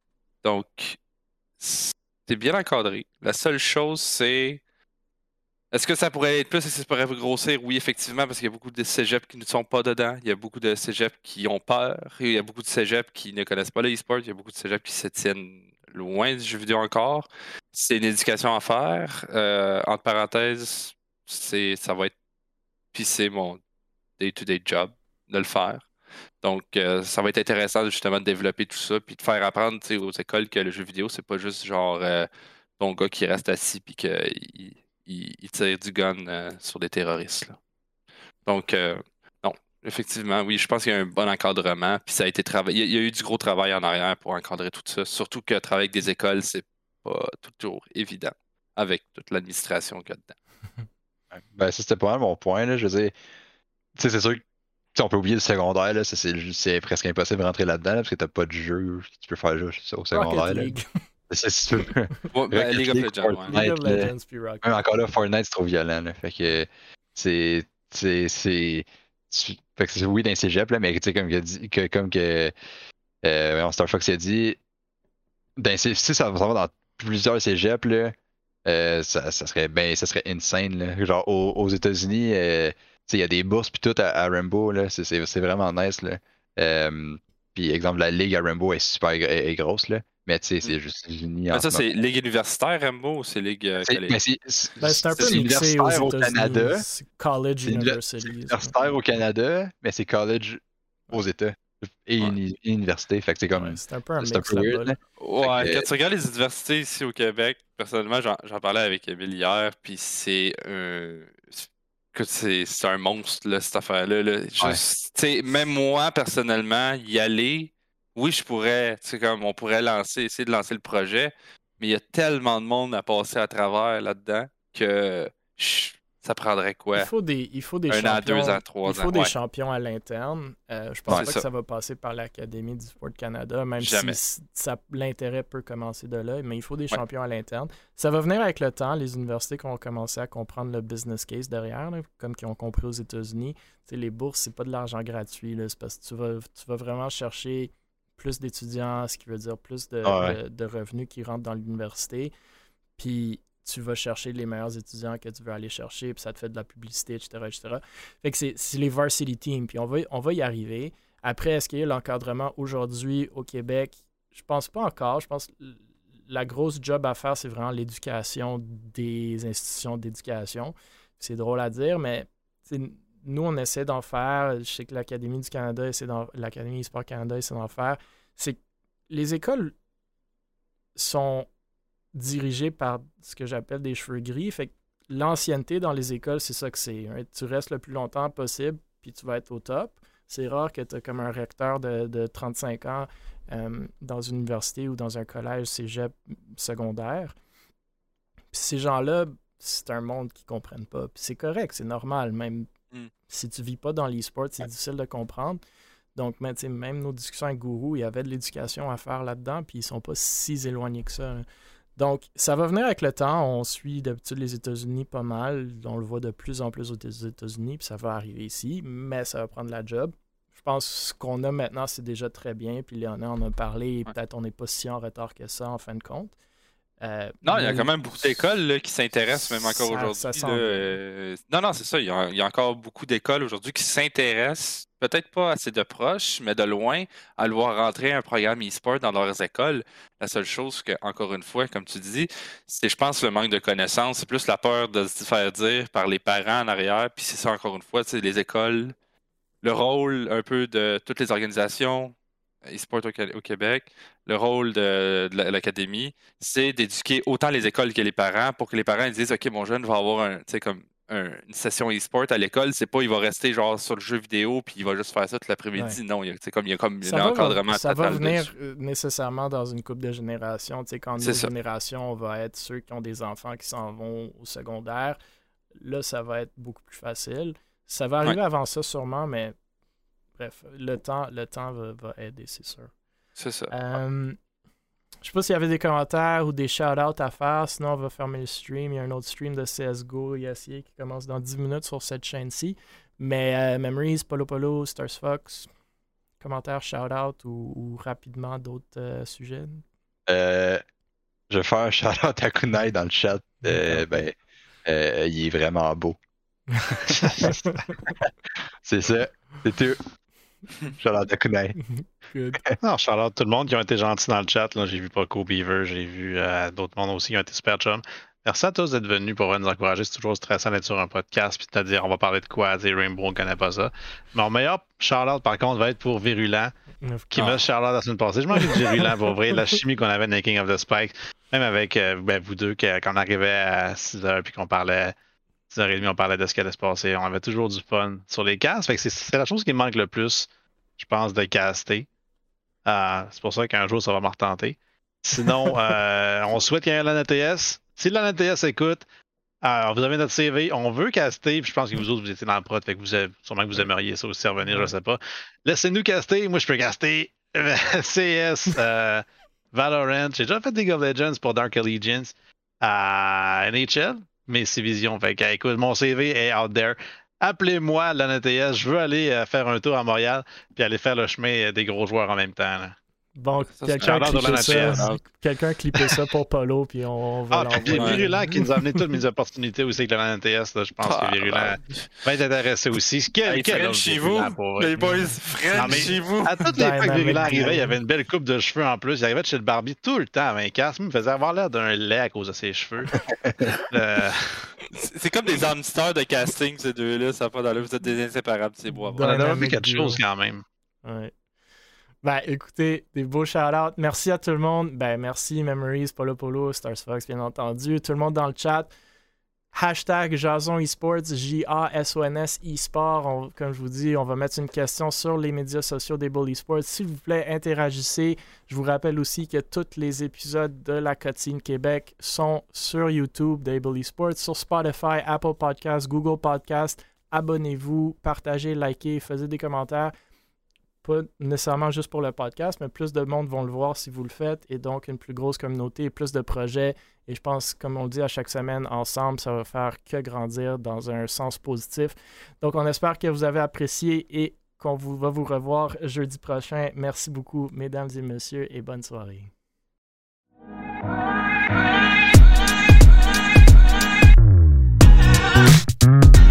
Donc, c'est bien encadré. La seule chose, c'est Est-ce que ça pourrait être plus, est-ce que ça pourrait grossir? Oui, effectivement, parce qu'il y a beaucoup de cégeps qui ne sont pas dedans. Il y a beaucoup de cégeps qui ont peur. Il y a beaucoup de cégeps qui ne connaissent pas le e-sport. Il y a beaucoup de cégeps qui se tiennent loin du jeu vidéo encore. C'est une éducation à faire. Euh, entre parenthèses, c'est, ça va être. Puis c'est mon day-to-day job de le faire. Donc, euh, ça va être intéressant justement de développer tout ça, puis de faire apprendre aux écoles que le jeu vidéo, c'est pas juste genre euh, ton gars qui reste assis puis qu'il il, il tire du gun euh, sur des terroristes. Là. Donc, euh, non, effectivement, oui, je pense qu'il y a un bon encadrement, puis ça a été travaillé. Il y a eu du gros travail en arrière pour encadrer tout ça, surtout que travailler avec des écoles, c'est pas toujours évident avec toute l'administration qu'il y a dedans. Ben, ça, c'était pas mal mon point, là. Je veux dire, tu sais, c'est sûr que t'sais, on peut oublier le secondaire, là. C'est, c'est, c'est presque impossible de rentrer là-dedans, là, parce que t'as pas de jeu que tu peux faire juste au secondaire. Rocket Là. League. C'est, c'est, Ouais, ben, League of Legends, ouais. Fortnite, League of là. Legends puis Rocket. Même encore là, Fortnite, c'est trop violent, là. Fait que c'est. C'est. c'est tu- fait que c'est oui d'un cégep, là, mais tu sais, comme que, dit- que, comme que euh, Star Fox a dit, dans, si ça va dans plusieurs cégeps, là, euh, ça, ça serait ben, ça serait insane. Là. Genre aux, aux États-Unis, euh, il y a des bourses puis tout à, à Rainbow, là, c'est, c'est, c'est vraiment nice. Là. Euh, puis exemple, la ligue à Rainbow est super est, est grosse, là. Mais tu sais, c'est juste génie en Mais ça, ce c'est moment. Ligue universitaire, Rambo, ou c'est Ligue euh, C'est, college? mais c'est, c'est, Ben, c'est un peu c'est mixé aux universitaire au États-Unis. Canada. C'est college C'est univers- c'est universities. universitaire au Canada, mais c'est college aux États et Ouais. uni- université. Fait que c'est comme. Ouais, c'est un peu un c'est un mix peu weird, là-bas. là. Ouais, Fait que- quand tu regardes les universités ici au Québec, personnellement, j'en, j'en parlais avec Emile hier, puis c'est un. que c'est, c'est un monstre, là, cette affaire-là. Là. Juste, tu sais, même moi, personnellement, y aller, oui, je pourrais, tu sais, comme on pourrait lancer, essayer de lancer le projet, mais il y a tellement de monde à passer à travers là-dedans que je- ça prendrait quoi? Il faut des, il faut des Un an, champions. deux ans, trois il faut ans, des ouais. champions à l'interne. Euh, je pense Ouais, pas c'est que ça. ça va passer par l'Académie du Sport Canada, même Jamais. si ça, l'intérêt peut commencer de là, mais il faut des Ouais. champions à l'interne. Ça va venir avec le temps, les universités qui ont commencé à comprendre le business case derrière, là, comme qui ont compris aux États-Unis. Tu sais, les bourses, c'est pas de l'argent gratuit, là, c'est parce que tu vas, tu vas vraiment chercher plus d'étudiants, ce qui veut dire plus de, Ah ouais. de, de revenus qui rentrent dans l'université. Puis tu vas chercher les meilleurs étudiants que tu veux aller chercher, puis ça te fait de la publicité, et cetera, et cetera. Fait que c'est, c'est les varsity teams, puis on va, on va y arriver. Après, est-ce qu'il y a l'encadrement aujourd'hui au Québec? Je pense pas encore. Je pense que la grosse job à faire, c'est vraiment l'éducation des institutions d'éducation. C'est drôle à dire, mais nous, on essaie d'en faire. Je sais que l'Académie du Canada essaie d'en, l'Académie e-sport Canada essaie d'en faire. C'est que les écoles sont dirigé par ce que j'appelle des cheveux gris. Fait que l'ancienneté dans les écoles, c'est ça que c'est. Hein. Tu restes le plus longtemps possible, puis tu vas être au top. C'est rare que tu as comme un recteur de, de trente-cinq ans euh, dans une université ou dans un collège cégep secondaire. Puis ces gens-là, c'est un monde qu'ils ne comprennent pas. Puis c'est correct, c'est normal. Même Mm. si tu ne vis pas dans l'e-sport, c'est difficile de comprendre. Donc, mais, même nos discussions avec Gourou, il y avait de l'éducation à faire là-dedans, puis ils ne sont pas si éloignés que ça. Hein. Donc, ça va venir avec le temps. On suit d'habitude les États-Unis pas mal. On le voit de plus en plus aux États-Unis, puis ça va arriver ici, mais ça va prendre la job. Je pense que ce qu'on a maintenant, c'est déjà très bien. Puis Léona en a parlé, et Ouais. peut-être on n'est pas si en retard que ça, en fin de compte. Euh, Non, il y a mais quand même beaucoup d'écoles là, qui s'intéressent, même encore ça- aujourd'hui. ça s'en là, vient. euh, Non, non, c'est ça. Il y, a, il y a encore beaucoup d'écoles aujourd'hui qui s'intéressent, peut-être pas assez de proches, mais de loin, à le voir rentrer un programme e-sport dans leurs écoles. La seule chose que, encore une fois, comme tu dis, c'est, je pense, le manque de connaissances. C'est plus la peur de se faire dire par les parents en arrière. Puis c'est ça, encore une fois, tu sais, les écoles, le rôle un peu de toutes les organisations e-sport au, Ca- au Québec, le rôle de, de la- l'académie, c'est d'éduquer autant les écoles que les parents pour que les parents ils disent OK, mon jeune va avoir un, tu sais, comme un- une session e-sport à l'école, c'est pas il va rester genre sur le jeu vidéo puis il va juste faire ça tout l'après-midi. Ouais. Non, il y a, c'est comme, il y a comme Ça un va, encadrement ça va total venir dessus. euh, nécessairement dans une couple de générations. Tu sais, quand C'est nos ça. générations, on va être ceux qui ont des enfants qui s'en vont au secondaire. Là, ça va être beaucoup plus facile. Ça va arriver Ouais. avant ça sûrement, mais bref, le temps, le temps va, va aider, c'est sûr. C'est ça. Euh, je sais pas s'il y avait des commentaires ou des shout-outs à faire, sinon on va fermer le stream. Il y a un autre stream de C S G O Yassier qui commence dans dix minutes sur cette chaîne-ci. Mais euh, Memories, Polo Polo, Stars Fox, commentaires, shout-out ou, ou rapidement d'autres euh, sujets? Euh, je vais faire un shout-out à Kunai dans le chat. Euh, D'accord. ben, Euh, il est vraiment beau. C'est ça. C'est tout. Charlotte de Kunai. Good. Non, Charlotte, tout le monde qui ont été gentils dans le chat. Là. J'ai vu Paco Beaver, j'ai vu euh, d'autres mondes aussi qui ont été super chum. Merci à tous d'être venus pour nous encourager. C'est toujours stressant d'être sur un podcast puis de dire on va parler de quoi, dire Rainbow, on connaît pas ça. Mon meilleur Charlotte, par contre, va être pour Virulent, qui Ah. m'a Charlotte la semaine passée. Je m'en de Virulent pour vrai. La chimie qu'on avait dans King of the Spike, même avec euh, ben, vous deux, que, quand on arrivait à six heures puis qu'on parlait six heures trente, on parlait de ce qui allait se passer. On avait toujours du fun sur les casts. Fait que c'est, c'est la chose qui me manque le plus, je pense, de caster. Euh, c'est pour ça qu'un jour, ça va me retenter. Sinon, euh, on souhaite qu'il y ait l'A N T S. Si l'A N T S écoute, euh, vous avez notre C V, on veut caster, puis je pense que vous autres, vous étiez dans le prod, fait que vous avez, sûrement que vous aimeriez ça aussi revenir, je sais pas. Laissez-nous caster, moi je peux caster C S, euh, Valorant, j'ai déjà fait League of Legends pour Dark Allegiance, à N H L, mais c'est Vision, fait que écoute, mon C V est out there. Appelez-moi l'A N T S, je veux aller euh, faire un tour à Montréal, puis aller faire le chemin des gros joueurs en même temps. Là. Bon, Ça, quelqu'un c'est clipper Charlotte ça, de quelqu'un clipper ça pour Polo, puis on va Ah, puis l'envoyer. Virulent qui nous a amené toutes mes opportunités aussi avec le N T S, là, je pense Ah, que Virulent ben. va être intéressé aussi. Quel, Hey, quel French homme chez Virulent, vous, pour vrai. les boys, Non, French mais chez vous. À toutes les fois que Dynamic Virulent arrivait, Duo. il y avait une belle coupe de cheveux en plus. Il arrivait de chez le Barbie tout le temps avec un casque. Il me faisait avoir l'air d'un lait à cause de ses cheveux. Euh, C'est c'est comme des hamsters de casting, ces deux-là, ça n'a pas d'allure, vous êtes des inséparables, ces bois. on a déjà vu Dynamic quelque Duo. chose quand même. Ouais. Ben, écoutez, des beaux shout-outs. Merci à tout le monde. Ben, merci Memories, Polo Polo, Stars Fox, bien entendu. Tout le monde dans le chat. Hashtag Jason Esports, J A S O N S eSport. On- Comme je vous dis, on va mettre une question sur les médias sociaux des Bull Esports. S'il vous plaît, interagissez. Je vous rappelle aussi que tous les épisodes de la Cutscene Québec sont sur YouTube des Bull Esports, sur Spotify, Apple Podcasts, Google Podcasts. Abonnez-vous, partagez, likez, faites des commentaires. Pas nécessairement juste pour le podcast, mais plus de monde vont le voir si vous le faites, et donc une plus grosse communauté et plus de projets. Et je pense, comme on le dit à chaque semaine, ensemble, ça va faire que grandir dans un sens positif. Donc, on espère que vous avez apprécié et qu'on vous, va vous revoir jeudi prochain. Merci beaucoup, mesdames et messieurs, et bonne soirée. Thank you.